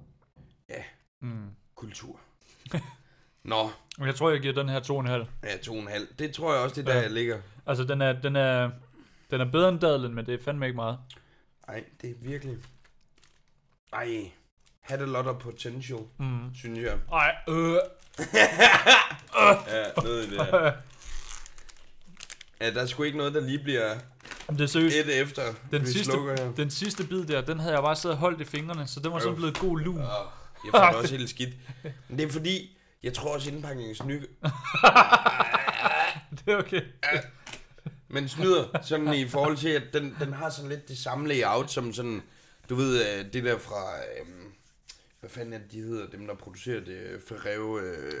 kultur. Nå. Jeg tror, jeg giver den her 2,5. Ja, 2,5. Det tror jeg også, det der jeg ligger. Altså, den er bedre end dadlen, men det er fandme ikke meget. Ej, det er virkelig... Ej, had a lot of potential, synes jeg. Ej, Ja, noget i det her. Ja, der er sgu ikke noget, der lige bliver det er seriøst. et efter, Den sidste bid der, den havde jeg bare siddet og holdt i fingrene, så den var sådan blevet god lun. Jeg får det også helt skidt. Men det er fordi, Jeg tror også indpakningen snyder. Det er okay. Men snyder sådan i forhold til, at den har sådan lidt det samme layout, som sådan, du ved, det der fra, hvad fanden er det, de hedder, dem der producerer det, Ferrero,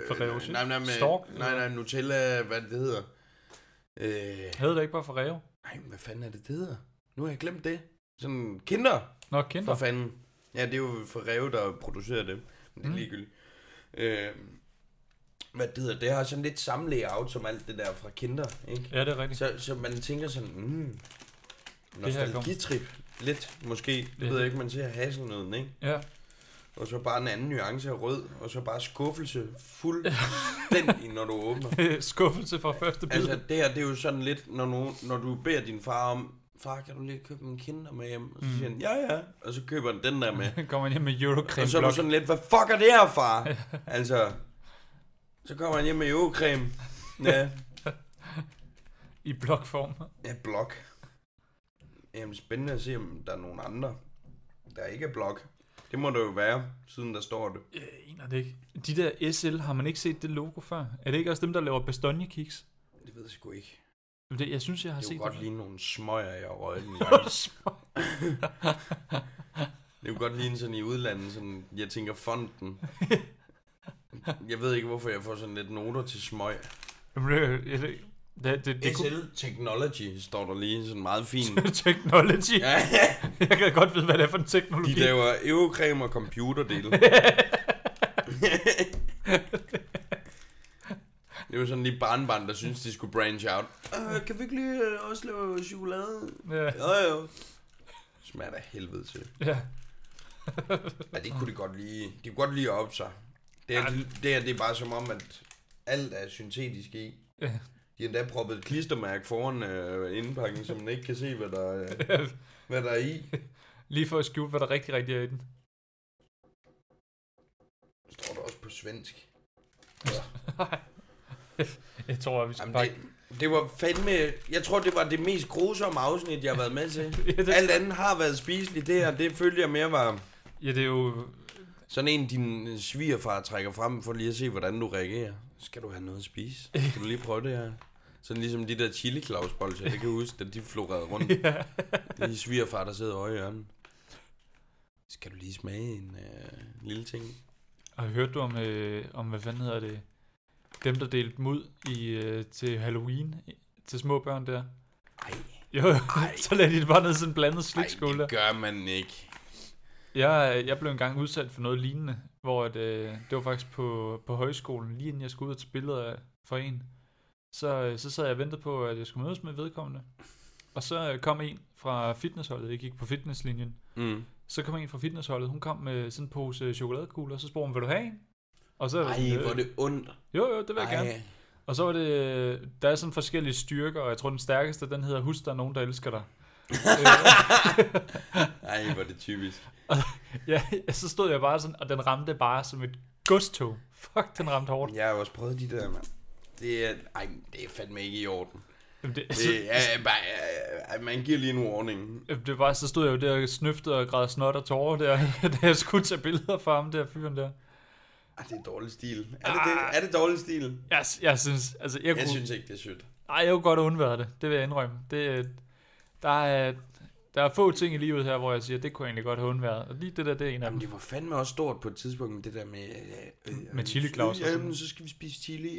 nej, Nutella, hvad det hedder. Hedder det ikke bare Ferrero? Nej, hvad fanden er det hedder? Nu har jeg glemt det. Sådan Kinder. Nå, Kinder. For fanden. Ja, det er jo Ferrero, der producerer det. Men det er ligegyldigt. Hvad det hedder, det har sådan lidt samme layout som alt det der fra Kinder, ikke? Ja, det er rigtigt. Så man tænker sådan, nostalgitrip. Lidt, måske. Det ved jeg ikke, man ser haselnøden, ikke? Ja. Og så bare en anden nuance af rød, og så bare skuffelse fuldstændig, når du åbner. Skuffelse fra første bid. Altså, det her, det er jo sådan lidt, når du beder din far om, far, kan du lige købe en Kinder med hjem? Og så siger han, ja, og så køber han den der med. Kommer han hjem med Eurocreme. Og så er du sådan lidt, hvad fuck er det her, far? Altså, så kommer han hjem med Eurocreme. Ja. I blokform. Ja, blok. Jamen, spændende at se, om der er nogen andre, der ikke er blok. Det må det jo være, siden der står det. Jeg aner det ikke. De der SL, har man ikke set det logo før? Er det ikke også dem, der laver Bastogne-kiks? Det ved jeg sgu ikke. Jeg synes, jeg har set det. Det er jo godt lige nogle smøger, jeg røg den i. Det er jo godt lige sådan i udlandet, sådan, jeg tænker fonden. Jeg ved ikke, hvorfor jeg får sådan lidt noter til smøg. SL Technology står der lige, sådan meget fint. Technology? Ja. Jeg kan godt vide, hvad det er for en teknologi. De laver Eurocreme og computerdele. Det var sådan lige barnbarn, der synes de skulle branch out. Kan vi ikke lige også lave chokolade? Ja. Jo. Smager da helvede til. Ja. Ja, det kunne de godt lige. De kunne godt lige op sig. Det er bare som om, at alt er syntetisk i. Ja. De har endda proppet et klistermærke foran indpakken, så man ikke kan se, hvad der er i. Lige for at skjule, hvad der rigtig er i den. Står der også på svensk. Ja. Jeg tror, vi skal pakke. Det var fandme... Jeg tror, det var det mest grusomme afsnit, jeg har været med til. Alt andet har været spiseligt. Det her, det følte jeg mere var... Ja, det er jo... Sådan en, din svigerfar trækker frem for lige at se, hvordan du reagerer. Skal du have noget at spise? Skal du lige prøve det her? Sådan ligesom de der chili clausbolser, jeg kan huske, da de florerede rundt. Ja. De svigerfar, der sidder over i hjørnet. Skal du lige smage en lille ting? Og hørte du om hvad fanden hedder det? Dem, der delte dem ud til Halloween til små børn der? Ej. Jo, så lagde de det bare ned i sådan en blandet slikskål der. Det gør man ikke. Jeg blev engang udsat for noget lignende, hvor det var faktisk på højskolen, lige inden jeg skulle ud og tage billeder for en. Så sad jeg og ventede på, at jeg skulle mødes med vedkommende. Og så kom en fra fitnessholdet, jeg gik på fitnesslinjen. Så kom en fra fitnessholdet, hun kom med sådan en pose chokoladekugler, og så spurgte hun, vil du have en? Og så, hvor det ondt. Jo, det vil jeg gerne. Og så var det, der er sådan forskellige styrker, og jeg tror den stærkeste, den hedder, husk, der er nogen, der elsker dig. Ej, hvor det typisk. Og, ja, så stod jeg bare sådan, og den ramte bare som et godstog. Fuck, den ramte hårdt. Jeg har også prøvet de der, mand. Det er fandme ikke i orden. Man giver lige en warning. Det var bare, så stod jeg jo der og snøftede og græd snot og tårer der, da jeg skulle tage billeder fra ham der fyren der. Det er dårlig stil. Er det dårlig stil? Jeg synes, altså jeg synes ikke, det er sødt. Nej, jeg kunne godt undvære det. Det vil jeg indrømme. Der er få ting i livet her, hvor jeg siger, det kunne jeg egentlig godt have undværet. Og lige det der, det er en af dem. Det var fandme også stort på et tidspunkt, det der med... med chili claus. Jamen, så skal vi spise chili,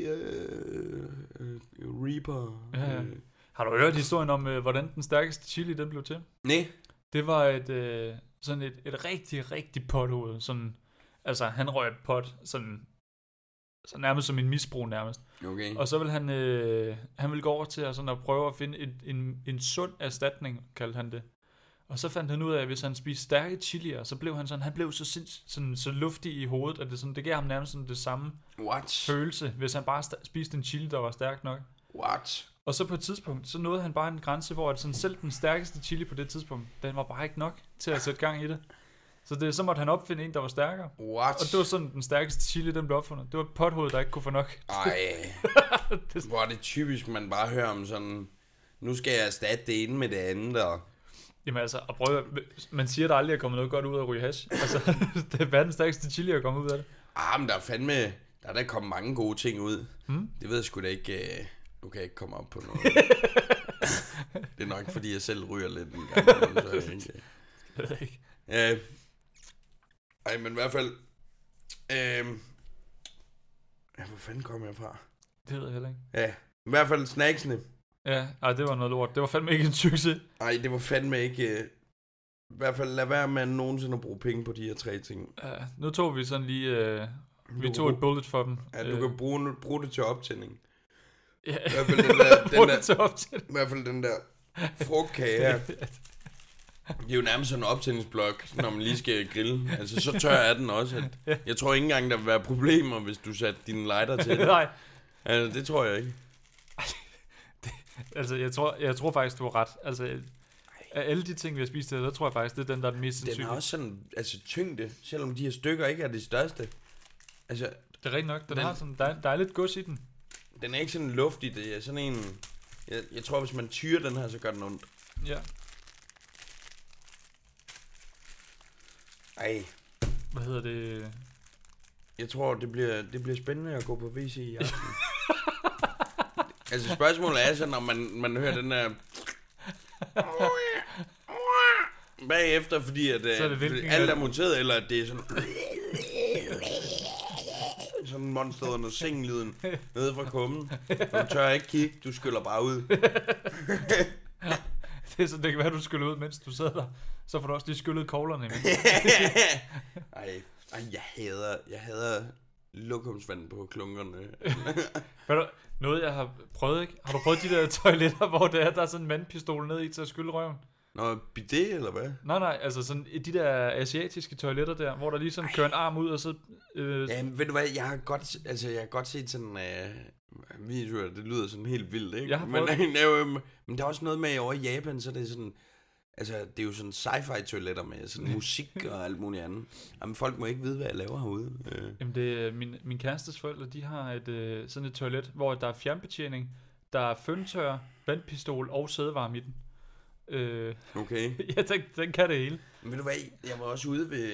Reaper. Ja. Har du hørt historien om, hvordan den stærkeste chili, den blev til? Nej. Det var sådan et rigtig pothoved. Sådan, altså, han røg et pot, sådan nærmest som en misbrug nærmest. Okay. Og så vil han ville gå over til at prøve at finde en sund erstatning, kaldte han det. Og så fandt han ud af, at hvis han spiste stærke chilier, så blev han blev så luftig i hovedet, at det gav ham nærmest sådan det samme følelse, hvis han bare spiste en chili, der var stærk nok. What? Og så på et tidspunkt, så nåede han bare en grænse, hvor sådan, selv den stærkeste chili på det tidspunkt, den var bare ikke nok til at sætte gang i det. Så måtte han opfinde en, der var stærkere. What? Og det var sådan, den stærkeste chili, den blev opfundet. Det var et pothoved, der ikke kunne få nok. Ej, hvor er det typisk, man bare hører om sådan, nu skal jeg erstatte det ene med det andet, og... Jamen altså, man siger, at der aldrig er kommet noget godt ud af at ryge hash. Altså, det er verdens stærkeste chili at komme ud af det. Men der er fandme, Der er da kommet mange gode ting ud. Det ved jeg sgu da ikke. Nu kan jeg ikke komme op på noget. Det er nok, fordi jeg selv ryger lidt en gang. Så jeg ikke. Jeg ved ikke. Ej, men i hvert fald... hvor fanden kom jeg fra? Det ved jeg heller ikke. Ja, i hvert fald snacksene. Ja, det var noget lort. Det var fandme ikke en succes. Nej, det var fandme ikke... I hvert fald lad være med nogensinde at bruge penge på de her 3 ting. Ja, nu tog vi sådan lige... vi tog et bullet for dem. Ja, du kan bruge det til optænding. Ja, I hvert fald den der, i hvert fald den der frugtkage her. Det er jo nærmest sådan en optændingsblok, når man lige skal grille. Altså, så tør er den også. Jeg tror ikke engang, der vil være problemer, hvis du satte dine lighter til det. Nej. Altså, det tror jeg ikke. Altså, jeg tror faktisk, du har ret. Altså, af alle de ting, vi har spist her, der tror jeg faktisk, det er den, der er den mest sindssyge. Den har også sådan, altså tyngde, selvom de her stykker ikke er det største. Altså, det er rigtigt nok. Den har sådan, der er lidt gods i den. Den er ikke sådan luftig, det er sådan en... Jeg tror, hvis man tyrer den her, så gør den ondt. Ja. Ej. Hvad hedder det? Jeg tror, det bliver spændende at gå på WC i aften. Altså spørgsmålet er så, når man hører den her... bagefter, fordi at alt er monteret, eller at det er sådan... sådan monster under sengelyden nede fra kummen. Du tør ikke kigge, du skyller bare ud. Det er sådan, det kan være, du skyller ud, mens du sidder der. Så får du også lige skyllet koglerne imens. Ej, jeg hader lokumsvand på klunkerne. Noget jeg har prøvet, ikke? Har du prøvet de der toiletter, hvor der er sådan en mandpistol ned i til at skylle røven? Nå, bidet eller hvad? Nej, altså sådan de der asiatiske toiletter der, hvor der ligesom kører en arm ud og så... Ja, ved du hvad, jeg har godt set sådan videoer, det lyder sådan helt vildt, ikke? Men der er også noget med over i Japan, så det er sådan... Altså, det er jo sådan sci-fi toiletter med sådan musik og alt muligt andet. Jamen, folk må ikke vide, hvad jeg laver herude. Jamen, det er min kærestes forældre, de har sådan et toilet, hvor der er fjernbetjening, der er føntør, vandpistol og sædevarme i den. Okay. Ja, den kan det hele. Men ved du hvad, jeg var også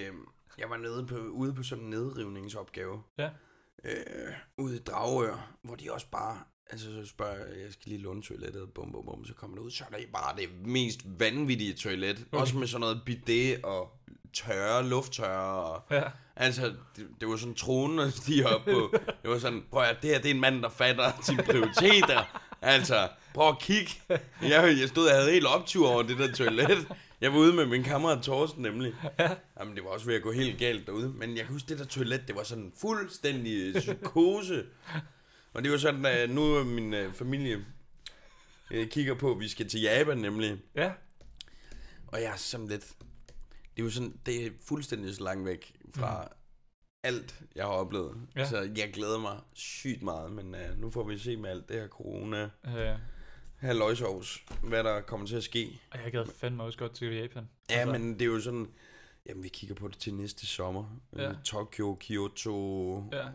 ude på sådan en nedrivningsopgave. Ja. Ude i Dragør, hvor de også bare... Altså, så spørger jeg skal lige låne toilettet, bum, så kommer det ud, så er det bare det mest vanvittige toilet. Okay. Også med sådan noget bidet og lufttørre. Og, ja. Altså, det var sådan tronen at stige op på. Det var sådan, prøv at det her, det er en mand, der fatter sine prioriteter. Altså, prøv at kigge. Jeg stod og havde helt optur over det der toilet. Jeg var ude med min kammerat Thorsten nemlig. Ja. Jamen, det var også ved at gå helt galt derude. Men jeg kan huske, det der toilet, det var sådan fuldstændig psykose. Og det var sådan, at nu min familie kigger på, at vi skal til Japan nemlig. Ja. Og jeg er sådan lidt... Det er jo sådan, det er fuldstændig så langt væk fra alt, jeg har oplevet. Ja. Så jeg glæder mig sygt meget, men nu får vi se med alt det her corona. Halløjsovs, hvad der kommer til at ske. Og jeg gad fandme også godt til Japan. Ja, altså. Men det er jo sådan... Jamen, vi kigger på det til næste sommer. Ja. Tokyo, Kyoto... Ja.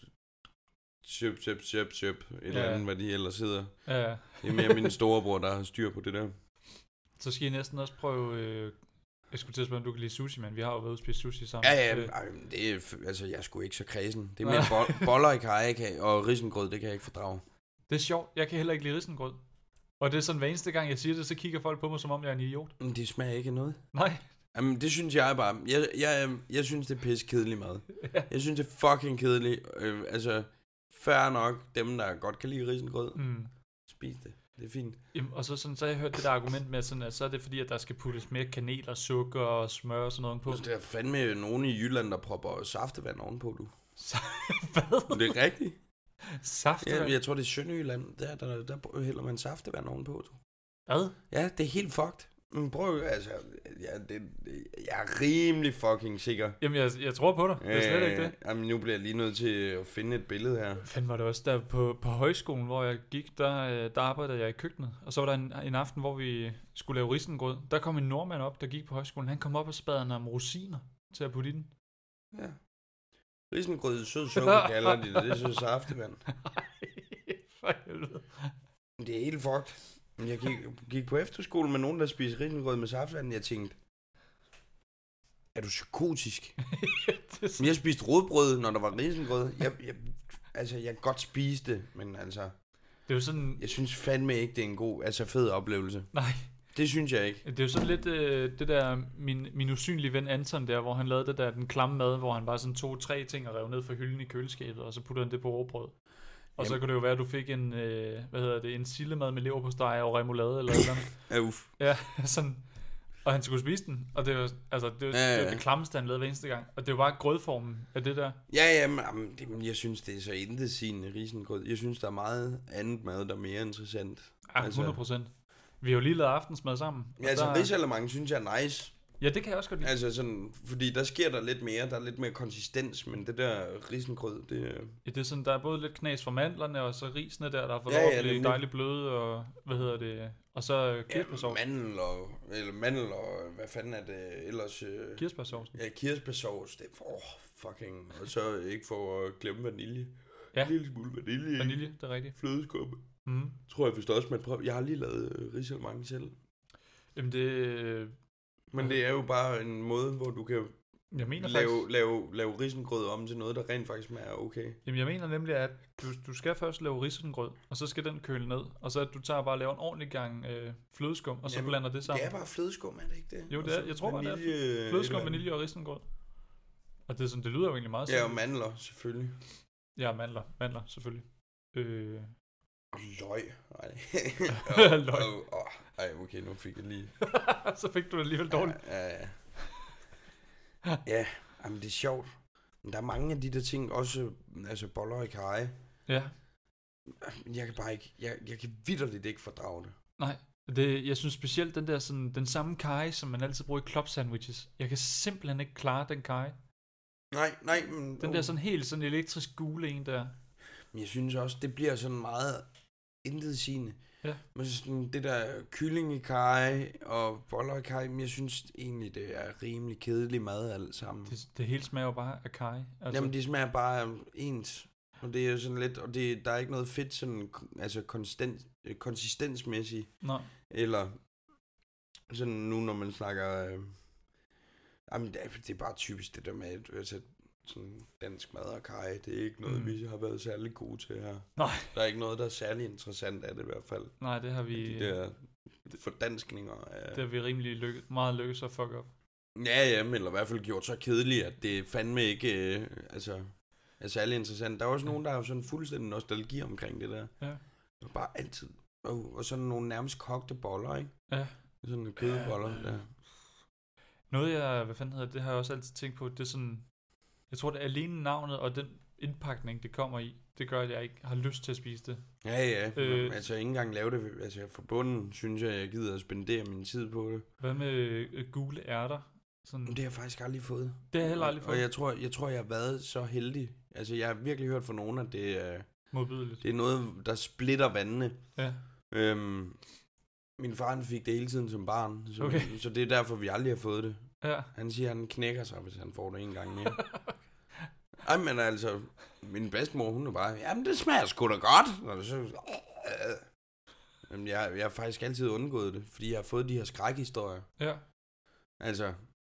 Søp, et eller andet, hvad de ellers hedder. Ja. Det er mere min storebror, der har styr på det der. Så skal I næsten også prøve... jeg skulle til at spørge, om du kan lide sushi, men vi har jo været ude og spise sushi sammen. Ja, det er, altså, jeg er sgu ikke så kredsen. Det er mere boller i kaj, og risengrød, det kan jeg ikke fordrage. Det er sjovt, jeg kan heller ikke lide risengrød. Og det er sådan, hver eneste gang, jeg siger det, så kigger folk på mig, som om jeg er en idiot. Men det smager ikke af noget. Nej. Jamen, det synes jeg bare. Jeg synes, det er pisse kedeligt mad. Ja. Jeg synes, det er fucking kedeligt. Altså... Fair nok, dem der godt kan lide risengrød. Spis det, det er fint. Jamen, og så har jeg hørt det der argument med, sådan, at så er det fordi, at der skal puttes mere kanel og sukker og smør og sådan noget på. Det er fandme nogen i Jylland, der propper saftevand ovenpå, du. Hvad? Det er rigtigt. Saftevand? Ja, jeg tror, det er Sønderjylland. Der hælder man saftevand ovenpå, du. Hvad? Ja, det er helt fucked. Men prøv, altså, jeg er rimelig fucking sikker. Jamen, jeg tror på dig. Det er slet ikke det. Jamen, nu bliver jeg lige nødt til at finde et billede her. Fanden var det også der på højskolen, hvor jeg gik, der arbejdede jeg i køkkenet. Og så var der en aften, hvor vi skulle lave risengrød. Der kom en nordmand op, der gik på højskolen. Han kom op og spadede om rosiner til at putte i den. Ja. Risengrød, sød sukker kalder de det. Det er så saftevand. Nej, for helvede. Det er helt fucked. Jeg gik på efterskole med nogen, der spiser risengrød med saftevand. Jeg tænkte, er du psykotisk? Jeg spiste rødbrød, når der var risengrød. altså, jeg kan godt spise det, men altså... Det er jo sådan... Jeg synes fandme ikke, det er en god, altså fed oplevelse. Nej. Det synes jeg ikke. Det er jo sådan lidt det der, min usynlige ven Anton der, hvor han lavede det der, den klamme mad, hvor han bare sådan 2-3 ting og rev ned fra hylden i køleskabet, og så puttede han det på råbrød. Og så kunne det jo være, at du fik en, en sillemad med leverpostej og remoulade eller noget. Ja, sådan. Og han skulle spise den, og det var, altså, det var det klammeste, han lavede hver eneste gang. Og det var bare grødformen af det der. Ja, men jeg synes, det er så intetsigende risengrød. Jeg synes, der er meget andet mad, der er mere interessant. Ja, 100%. Vi har jo lige lavet aftensmad sammen. Ja, altså risalemang synes jeg er nice. Ja, det kan jeg også godt lide. Altså sådan, fordi der sker der lidt mere, der er lidt mere konsistens, men det der risengrød, det... Ja, det er sådan, der er både lidt knas fra mandlerne, og så risene der har fået lov at blive dejligt bløde, og og så kirsebærsovs. Ja, mandel og, hvad fanden er det ellers? Kirsebærsovsen. Ja, kirsebærsovs, det er fucking, og så ikke for at glemme vanilje. Ja. En lille smule vanilje. Vanilje, det er rigtigt. Flødeskumme. Tror jeg vist også, man prøver. Jeg har lige lavet risalemang selv. Jamen det... Men det er jo bare en måde, hvor du kan lave risengrød om til noget, der rent faktisk er okay. Jamen jeg mener nemlig, at du skal først lave risengrød, og så skal den køle ned, og så du tager bare og laver en ordentlig gang flødeskum, og så blander det sammen. Det er bare flødeskum, er det ikke det? Jo, det er, jeg tror bare, det er flødeskum, vanilje og risengrød. Og det, er sådan, det lyder jo egentlig meget sådan. Ja, og mandler selvfølgelig. Ja, mandler selvfølgelig. Og løg. Løg. Ej, okay, nu fik jeg lige... Så fik du det alligevel dårligt. Ja, men det er sjovt. Men der er mange af de der ting, også altså boller i karry. Ja. Jeg kan bare ikke, jeg kan vitterligt ikke fordrage det. Nej, jeg synes specielt den der sådan, den samme karry, som man altid bruger i club sandwiches. Jeg kan simpelthen ikke klare den karry. Nej. Men, den der sådan helt sådan elektrisk gule en der. Men jeg synes også, det bliver sådan meget intetsigende. Ja. Men sådan det der kylling i karry og boller i karry, men jeg synes egentlig, det er rimelig kedelig mad alt sammen. Det hele smager jo bare af karry. Altså. Jamen, de smager bare ens. Og det er sådan lidt, og der er ikke noget fedt sådan, altså konsistensmæssigt. Nej. Eller sådan nu, når man snakker, jamen det er bare typisk det der med, altså sådan dansk mad og karry, det er ikke noget, vi har været særlig gode til her. Nej. Der er ikke noget, der er særlig interessant af det i hvert fald. Nej, det har vi... De der fordanskninger af... Det har vi rimelig meget lykkes at fuck op. Ja, men eller i hvert fald gjort så kedeligt, at det fandme ikke, er særlig interessant. Der er også nogen, der har sådan fuldstændig nostalgi omkring det der. Ja. Og bare altid. Og sådan nogle nærmest kogte boller, ikke? Ja. Sådan nogle kødboller der. Noget det har jeg også altid tænkt på, det er sådan... Jeg tror, det er alene navnet og den indpakning, det kommer i, det gør, at jeg ikke har lyst til at spise det. Ja. Altså ikke engang lave det, altså for bunden, synes jeg gider at spendere min tid på det. Hvad med gule ærter? Sådan... Det har jeg faktisk aldrig fået. Det har jeg heller aldrig fået. Og jeg tror, jeg har været så heldig. Altså, jeg har virkelig hørt fra nogen, at det er... modbydeligt. Det er noget, der splitter vandene. Ja. Min far fik det hele tiden som barn, så det er derfor, vi aldrig har fået det. Ja. Han siger, at han knækker sig, hvis han får det en gang mere. Ej, men altså, min bedstemor, hun er bare, jamen det smager sgu da godt. Og så, jamen, jeg har faktisk altid undgået det, fordi jeg har fået de her skrækhistorier. Ja. Altså,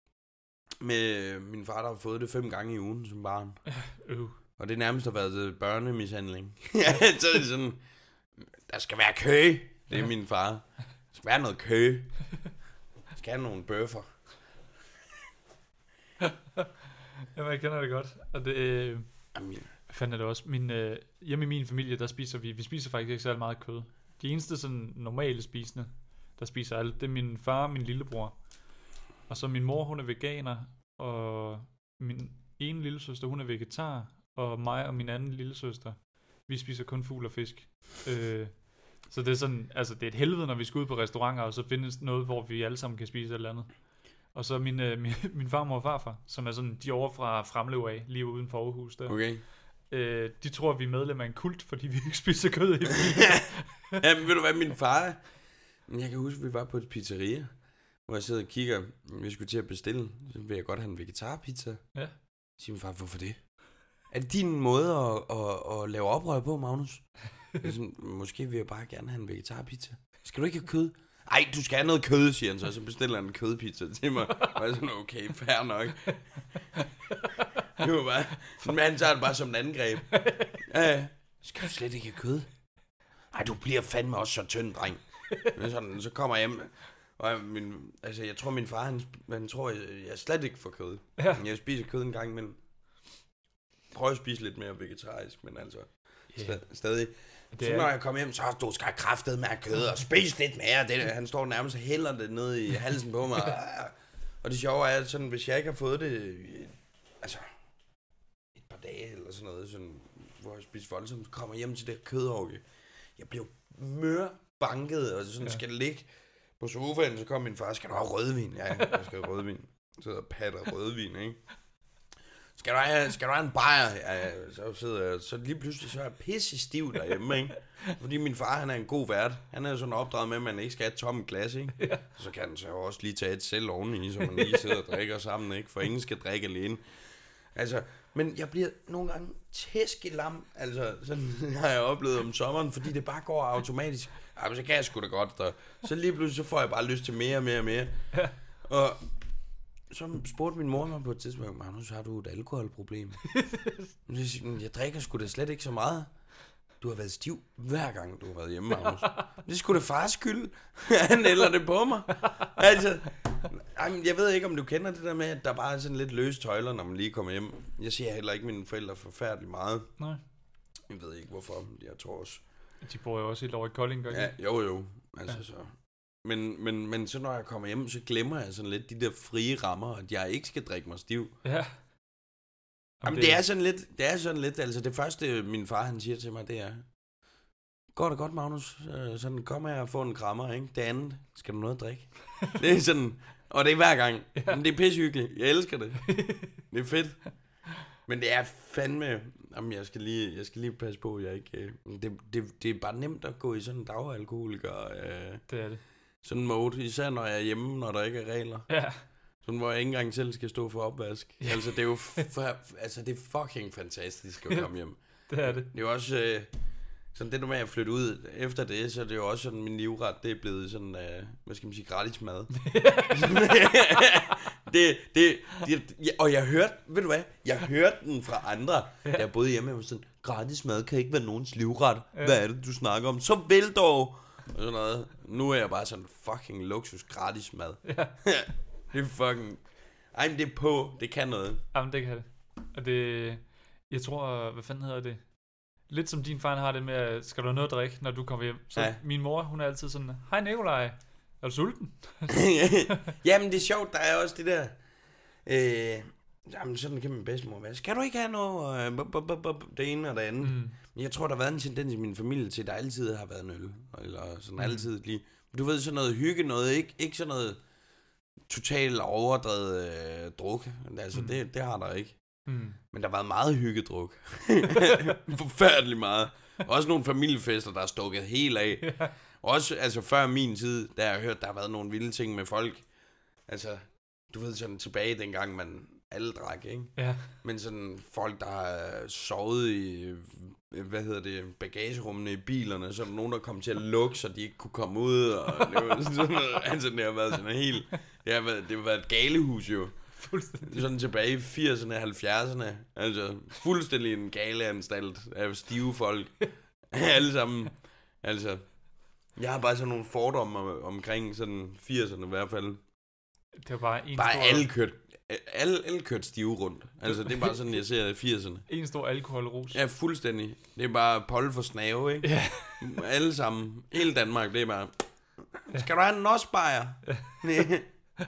med min far, der har fået det 5 gange i ugen som barn. Og det nærmest har været børnemishandling. Så er det sådan, der skal være kø. Det er min far. Der skal være noget kø. Der skal have nogle bøffer. Jamen, jeg kender det godt. Og det fandt jeg det også. Hjemme i min familie, der spiser vi spiser faktisk ikke særlig meget kød. De eneste sådan normale spisende, der spiser alt, det er min far og min lillebror. Og så min mor, hun er veganer, og min ene lillesøster, hun er vegetar, og mig og min anden lillesøster, vi spiser kun fugl og fisk. Så det er sådan, altså det er et helvede, når vi skal ud på restauranter, og så findes noget, hvor vi alle sammen kan spise et eller andet. Og så min farmor og farfar, som er sådan, de over fra Fremlev af, lige uden for Aarhus der. Okay. De tror, at vi er medlem af en kult, fordi vi ikke spiser kød i Jamen, ved du hvad, min far... Jeg kan huske, at vi var på et pizzeria, hvor jeg sidder og kigger, vi skulle til at bestille, så vil jeg godt have en vegetarpizza. Ja. Så siger min far, hvorfor det? Er det din måde at lave oprør på, Magnus? Sådan, måske vil jeg bare gerne have en vegetarpizza. Skal du ikke have kød? Ej, du skal have noget kød, siger han så. Så bestiller han en kødpizza til mig. Og jeg er sådan, okay, fair nok. Det var bare... Men han tager det bare som en angreb. Skal du slet ikke have kød? Ej, du bliver fandme også så tynd, dreng. Men sådan, så kommer jeg hjem, og jeg tror, min far, han tror, jeg slet ikke får kød. Ja. Jeg spiser kød en gang, men prøver at spise lidt mere vegetarisk, men altså, stadig. Så når jeg kommer hjem, så du skal have kraftet med kød, og spise lidt mere. Han står nærmest og hælder det ned i halsen på mig. Og det sjove er, sådan, hvis jeg ikke har fået det, altså, et par dage eller sådan noget, sådan, hvor jeg spiser voldsomt, så kommer jeg hjem til det kødorgie. Jeg bliver mørbanket, og sådan skal ligge på sofaen, så kommer min far, skal du have rødvin? Ja, jeg skal have rødvin. Så sidder og patter rødvin, ikke? Skal du have en bajer? Ja, så lige pludselig så er jeg pisse stiv derhjemme, ikke? Fordi min far, han er en god vært. Han er sådan opdraget med, at man ikke skal have et tomt glas, ikke? Ja. Så kan han så også lige tage et selv oveni, så man lige sidder og drikker sammen, ikke? For ingen skal drikke alene. Altså, men jeg bliver nogle gange tæskelam, altså sådan har jeg oplevet om sommeren, fordi det bare går automatisk. Ja, men så kan jeg sgu da godt, så lige pludselig så får jeg bare lyst til mere og mere og mere. Ja. Og så spurgte min mor mig på et tidspunkt, Magnus, har du et alkoholproblem? Jeg drikker sgu da slet ikke så meget. Du har været stiv hver gang, du har været hjemme, Magnus. Det er sgu da fars skyld. Han ælder det på mig. Altså, jeg ved ikke, om du kender det der med, at der bare er sådan lidt løse tøjler, når man lige kommer hjem. Jeg ser heller ikke mine forældre forfærdeligt meget. Nej. Jeg ved ikke, hvorfor. Jeg tror også. De bor jo også helt over i Kolding, gør de? Ja, jo. Altså så. Men så når jeg kommer hjem, så glemmer jeg sådan lidt de der frie rammer, at jeg ikke skal drikke mig stiv. Ja. Jamen, det er sådan lidt, altså det første, min far han siger til mig, det er, går det godt, Magnus? Sådan, kom her og få en krammer, ikke? Det andet, skal du noget at drikke? Det er sådan, og det er hver gang. Ja. Men det er pissehyggeligt. Jeg elsker det. Det er fedt. Men det er fandme, jamen jeg skal lige passe på, jeg ikke, det er bare nemt at gå i sådan en dagalkoholiker. Det er det. Sådan en mode, især når jeg er hjemme, når der ikke er regler. Ja. Sådan, hvor jeg ikke engang selv skal stå for opvask. Ja. Altså, det er jo det er fucking fantastisk at komme hjem. Det er det. Det er jo også, sådan det der med at flytte ud efter det, så er det jo også sådan, min livret, det er blevet sådan, hvad skal man sige, gratis mad. Og jeg hørte, ved du hvad, jeg hørte den fra andre, der jeg boede hjemme, og sådan, gratis mad kan ikke være nogens livret. Ja. Hvad er det, du snakker om? Så vel dog! Og sådan noget. Nu er jeg bare sådan fucking luksus gratis mad. Ja. Det er fucking... Ej, men det er på. Det kan noget. Jamen, det kan det. Og det... Jeg tror... Hvad fanden hedder det? Lidt som din far har det med, skal du have noget at drikke, når du kommer hjem. Så min mor, hun er altid sådan, hej Nikolaj, er du sulten? Jamen, det er sjovt. Der er også det der... Jamen, sådan kan min bedstemor være. Skal du ikke have noget? Det ene og det andet. Men jeg tror, der har været en tendens i min familie til, at der altid har været en øl. Eller sådan altid lige... Du ved, sådan noget hygge, noget, ikke sådan noget totalt overdrevet druk. Altså, det har der ikke. Men der har været meget hyggedruk. Forfærdeligt meget. Også nogle familiefester, der er stukket helt af. Også, altså før min tid, der har jeg hørt, der har været nogle vilde ting med folk. Altså, du ved, sådan tilbage dengang, man alle drak, ikke? Ja. Men sådan folk, der har sovet i, bagagerummene i bilerne, så er der nogen, der kom til at lukke, så de ikke kunne komme ud, og det var sådan noget, altså det har været sådan helt, det har været et galehus jo. Fuldstændig. Sådan tilbage i 80'erne, 70'erne, altså fuldstændig en galeanstalt af stive folk, alle sammen, altså, jeg har bare sådan nogle fordomme omkring sådan 80'erne i hvert fald. Det var bare en stor... Alle kørt stive rundt. Altså, det er bare sådan, jeg ser det i 80'erne. En stor alkoholrus. Ja, fuldstændig. Det er bare polle for snave, ikke? Ja. Alle sammen. Hele Danmark, det er bare... Skal du have en nosbajer? Ja.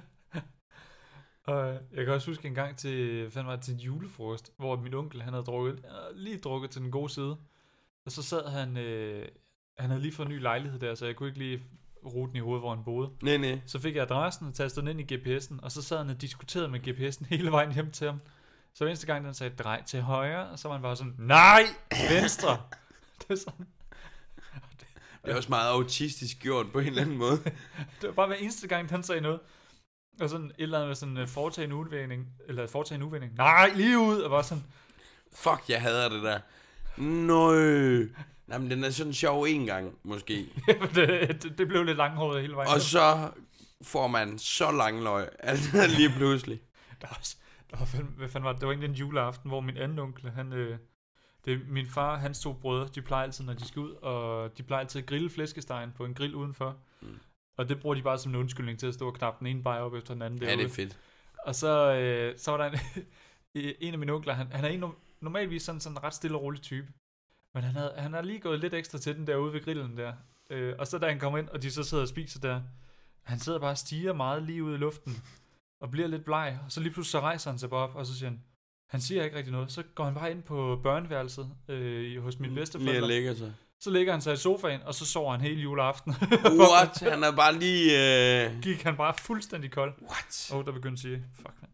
Og jeg kan også huske en gang til en julefrokost, hvor min onkel, han havde lige drukket til den gode side. Og så sad han... han havde lige fået en ny lejlighed der, så jeg kunne ikke lige... ruten i hovedet, hvor han boede. Nej. Så fik jeg adressen og tastede den ind i GPS'en, og så sad han og diskuterede med GPS'en hele vejen hjem til ham. Så eneste gang, den sagde, drej til højre, og så var han bare sådan, nej, venstre. Det er sådan. Det er også meget autistisk gjort på en eller anden måde. Det var bare hver eneste gang, han sagde noget. Og sådan et eller andet med sådan foretage en uvending. Nej, lige ud, og bare sådan. Fuck, jeg hader det der. Nøj. Nej, men den er sådan sjov en gang, måske. det blev lidt langhåret hele vejen. Og så får man så lang løg, altså lige pludselig. Det var egentlig en juleaften, hvor min anden onkel, det Det er min far, hans 2 brødre, de plejer altid, når de skal ud, og de plejer altid at grille flæskestegen på en grill udenfor. Og det bruger de bare som en undskyldning til at stå og knappe den ene bajer op efter den anden derude. Ja, det er fedt. Og så var der en af mine onkler, han er normalvis sådan en ret stille og rolig type. Men han har lige gået lidt ekstra til den derude ved grillen der. Og så da han kommer ind, og de så sidder og spiser der, han sidder bare og stiger meget lige ud i luften, og bliver lidt bleg, og så lige pludselig så rejser han sig bare op, og så siger han siger ikke rigtig noget. Så går han bare ind på børneværelset hos mine bedsteforældre. Så ligger han sig i sofaen, og så sover han hele juleaften. What? Han er bare lige... Gik han bare fuldstændig kold. What? Der begyndte at sige, fuck man.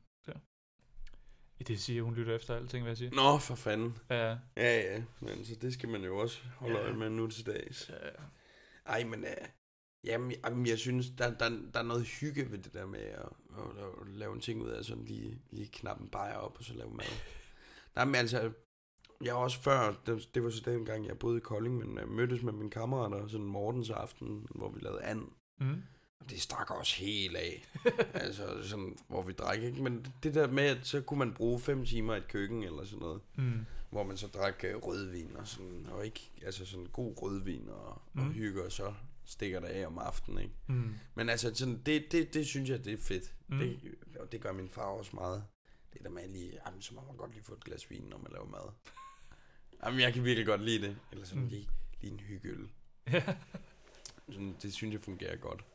Det siger, hun lytter efter alting, hvad jeg siger. Nå, for fanden. Ja. Ja, men så det skal man jo også holde øje med nu til dags. Ja. Ej, men... Jamen, jeg synes, der er noget hygge ved det der med at lave en ting ud af, sådan lige knappe en bajer op, og så lave mad. Nej, men altså... Jeg også før, det var så den gang, jeg boede i Kolding, men jeg mødtes med mine kammerater sådan Mortens aften, hvor vi lavede and. Og det stak også helt af. Altså sådan, hvor vi drak, ikke? Men det der med, at så kunne man bruge 5 timer i et køkken eller sådan noget. Hvor man så drak rødvin og sådan, og ikke, altså sådan god rødvin og hygge, og så stikker der af om aftenen, ikke? Men altså sådan, det synes jeg, det er fedt. Og det gør min far også meget. Det der med lige, jamen, så må man godt lige få et glas vin, når man laver mad. Jamen, jeg kan virkelig godt lide det. Eller sådan lige en hyggeøl. Sådan, det synes jeg fungerer godt.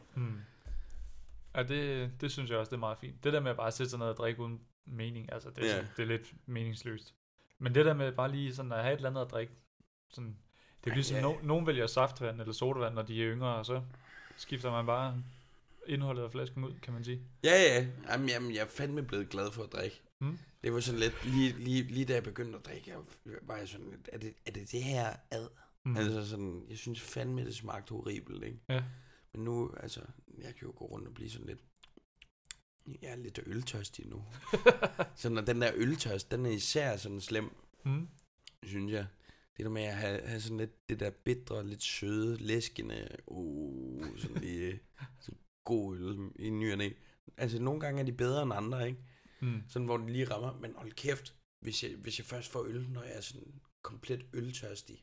Ja, det synes jeg også, det er meget fint. Det der med at bare sætte sig ned og drikke uden mening, altså det er lidt meningsløst. Men det der med bare lige sådan at have et eller andet at drikke, sådan, det er ligesom, nogen vælger saftvand eller sodavand, når de er yngre, og så skifter man bare indholdet af flasken ud, kan man sige. Ja. Jamen, jeg er fandme blevet glad for at drikke. Det var sådan lidt, lige da jeg begyndte at drikke, var jeg sådan lidt, er det her ad? Altså sådan, jeg synes fandme, det smagte horribelt, ikke? Ja. Men nu, altså, jeg kan jo gå rundt og blive sådan lidt, jeg er lidt øltørstig nu. Så når den der øltørst, den er især sådan slem, synes jeg. Det der med at have sådan lidt, det der bitre, lidt søde, læskende, sådan lige, sådan god øl i ny og næ. Altså, nogle gange er de bedre end andre, ikke? Sådan, hvor de lige rammer. Men hold kæft, hvis jeg først får øl, når jeg er sådan komplet øltørstig.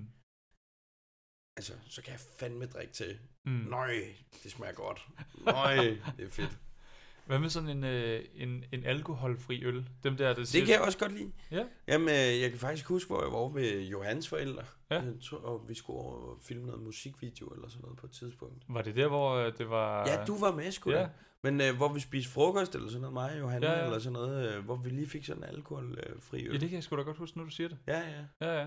Altså, så kan jeg fandme drikke til. Nøj, det smager godt. Nøj, det er fedt. Hvad med sådan en alkoholfri øl? Dem der, det kan jeg også godt lide. Ja. Jamen, jeg kan faktisk huske, hvor jeg var ved Johans forældre. Ja. Og vi skulle over og filme noget musikvideo eller sådan noget på et tidspunkt. Var det der, hvor det var... Ja, du var med, sgu da. Men hvor vi spiste frokost eller sådan noget, mig og Johanna eller sådan noget, hvor vi lige fik sådan en alkoholfri øl. Ja, det kan jeg sgu da godt huske, når du siger det. Ja.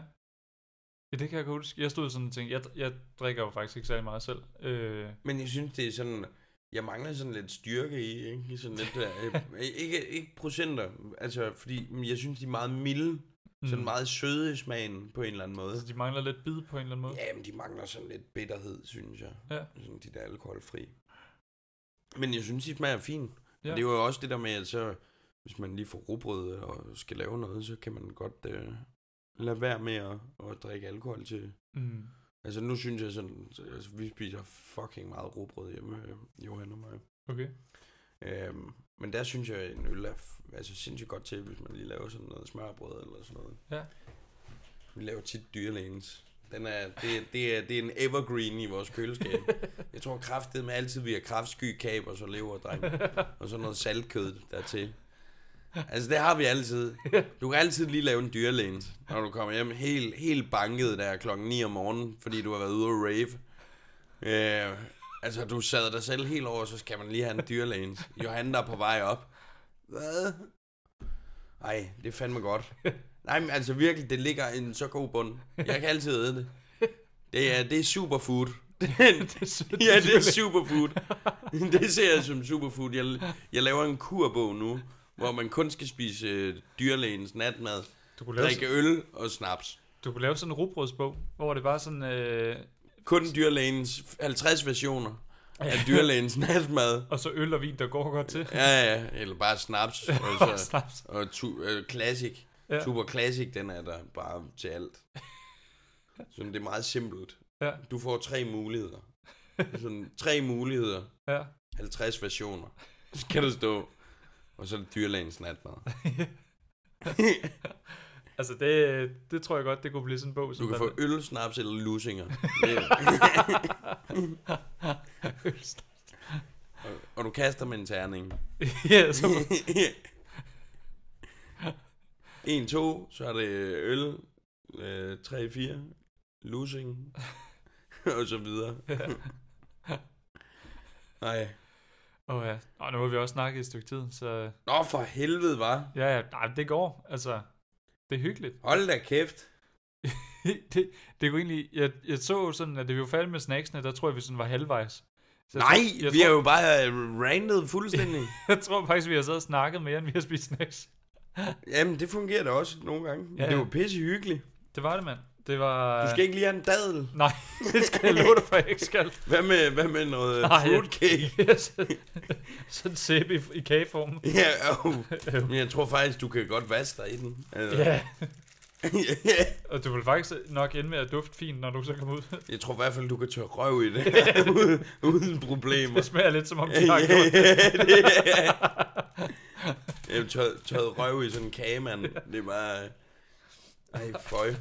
Ja, det kan jeg godt huske. Jeg stod sådan og tænkte, jeg drikker jo faktisk ikke særlig meget selv. Men jeg synes, det er sådan... Jeg mangler sådan lidt styrke i, ikke? Sådan lidt, ikke procenter, altså, fordi jeg synes, de er meget milde, sådan meget søde i smagen på en eller anden måde. Så de mangler lidt bid på en eller anden måde? Ja, men de mangler sådan lidt bitterhed, synes jeg. Ja. Sådan de der alkoholfri. Men jeg synes, de smager fint. Ja. Det er jo også det der med, at så, hvis man lige får rugbrød og skal lave noget, så kan man godt lade være med at drikke alkohol til. Altså nu synes jeg sådan, altså, vi spiser fucking meget rugbrød hjemme, Johan og mig. Okay. Men der synes jeg, at en øl er altså sindssygt godt til, hvis man lige laver sådan noget smørbrød eller sådan noget. Ja. Vi laver tit dyrlægens. Det er en evergreen i vores køleskab. Jeg tror kraftet med altid, vi har kraftsky, kab og så leverdreng. Og så noget saltkød dertil. Altså det har vi altid. Du kan altid lige lave en dyrlægens, når du kommer hjem helt banket der klokken 9 om morgenen, fordi du har været ude at rave. Altså du sad dig selv helt over, så skal man lige have en dyrlægens. Johan der er på vej op. Hvad? Ej, det er fandme godt. Nej, men altså virkelig, det ligger en så god bund. Jeg kan altid æde det. Det er superfood. Ja, det er superfood. Det ser jeg som superfood. Jeg laver en kurbog nu, hvor man kun skal spise dyrlægens natmad, drikke øl og snaps. Du kunne lave sådan en rugbrødsbog, hvor det bare sådan... Kun dyrlægens 50 versioner af dyrlægens natmad. Og så øl og vin, der går godt til. Ja, eller bare snaps. Og snaps. Og classic. Ja. Super classic, den er der bare til alt. Så det er meget simpelt. Ja. Du får 3 muligheder. Sådan 3 muligheder. Ja. 50 versioner. Skal du stå. Og så er det dyrlægens natmad. Altså, det tror jeg godt, det kunne blive sådan en bog. Du kan få øl, snaps eller lusinger. og du kaster med en terning. Ja, så... 1, 2, så er det øl, 3, 4, losing, og så videre. Nej. Ja. Og nu har vi også snakket et stykke tid, så... Nå, for helvede, hva'? Ja, nej, det går. Altså, det er hyggeligt. Hold da kæft. det kunne egentlig... Jeg så sådan, at det vi var færdige med snacksene, der tror jeg, vi sådan var halvvejs. Nej, vi har jo bare randet fuldstændig. Jeg tror faktisk, vi har så snakket mere, end vi har spist snacks. Jamen, det fungerer da også nogle gange. Ja. Det var pisse hyggeligt. Det var det, mand. Det var... Du skal ikke lige have en dadel. Nej, det skal jeg love dig for, jeg ikke skal. Hvad med noget fruitcake? Ja, sådan en sæbe i kageformen. Ja, men jeg tror faktisk, du kan godt vaske dig i den. Altså. Ja. Og du vil faktisk nok ende med at dufte fint, når du så kommer ud. Jeg tror i hvert fald, du kan tørre røv i det. uden problemer. Det smager lidt som om, du har gjort det. Tørret røv i sådan en kagemand. Det er bare... Ej, føj.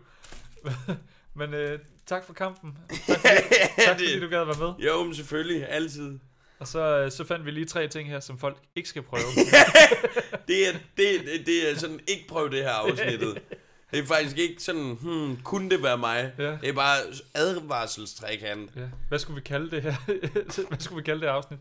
Men tak for kampen. Tak fordi du gad være med. Jo, men selvfølgelig. Altid. Og så fandt vi lige 3 ting her, som folk ikke skal prøve. det er sådan, ikke prøv det her afsnittet. Det er faktisk ikke sådan, kunne det være mig? Ja. Det er bare advarselstrækant. Ja. Hvad skulle vi kalde det her? Hvad skulle vi kalde det afsnit?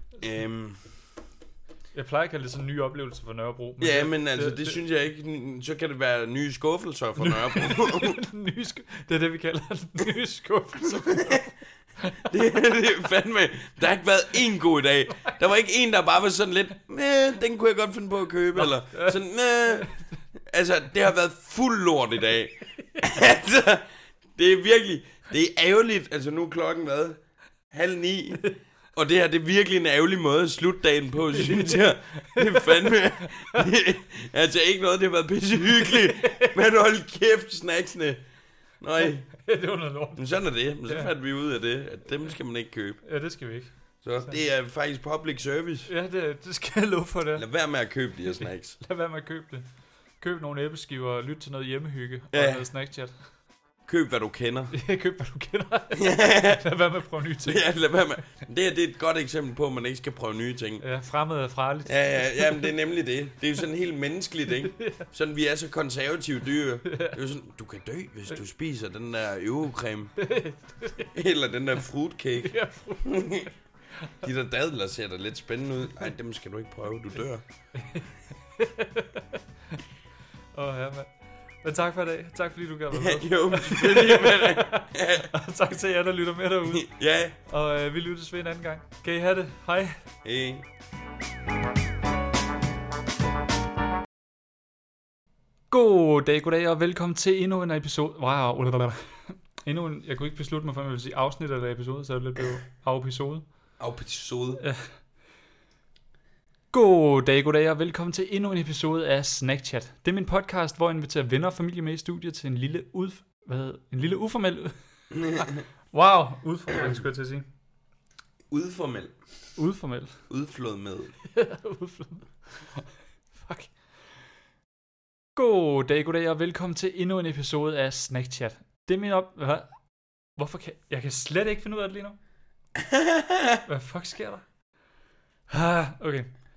Jeg plejer at kalde det sådan en ny oplevelse for Nørrebro. Men ja, men altså, det synes jeg ikke. Så kan det være nye skuffelser for Nørrebro. Det er det, vi kalder nye skuffelser. det er fandme. Der har ikke været en god dag. Der var ikke en, der bare var sådan lidt, den kunne jeg godt finde på at købe. Eller sådan, altså, det har været fuld lort i dag. Altså, det er virkelig, det er ærgerligt. Altså, nu er klokken hvad? 8:30. Og det her, det er virkelig en ærgerlig måde at slutte dagen på, synes jeg. Det er fandme... altså ikke noget, det har været pisse hyggeligt. Men hold kæft, snacksene. Nej. Det var noget lort. Men sådan er det. Men så fandt vi ud af det, at dem skal man ikke købe. Ja, det skal vi ikke. Så det er faktisk public service. Ja, det skal jeg love for det. Lad være med at købe de her snacks. Lad være med at købe det. Køb nogle æbleskiver og lyt til noget hjemmehygge og noget snackchat. Køb, hvad du kender. Ja, køb, hvad du kender. Lad være med at prøve nye ting. Ja, lad være med. Det er et godt eksempel på, at man ikke skal prøve nye ting. Ja, fremmed er farligt. Ja, men det er nemlig det. Det er jo sådan helt menneskeligt, ikke? Sådan, vi er så konservative dyr. Det er jo sådan, du kan dø, hvis du spiser den der eurocreme. Eller den der fruitcake. De der dadler ser da lidt spændende ud. Ej, dem skal du ikke prøve, du dør. Ja, mand. Men tak for i dag. Tak fordi du gav mig med. Jo, selvfølgelig. Og tak til jer, der lytter med derude. Ja. Og vi lyttes ved en anden gang. Kan I have det? Hej. Hej. Goddag og velkommen til endnu en episode. Wow. Jeg kunne ikke beslutte mig for, om jeg vil sige afsnit eller episode, så det lidt blevet episode. Episode. Ja. Goddag og velkommen til endnu en episode af Snackchat. Det er min podcast, hvor jeg inviterer venner og familie med i studiet til en lille uformel... Wow, udformel, skulle jeg til at sige. Udformel. Udflået med. Udflået med. Fuck. Goddag og velkommen til endnu en episode af Snackchat. Det er min Hvad? Hvorfor kan... Jeg kan slet ikke finde ud af det lige nu. Hvad fuck sker der? Okay.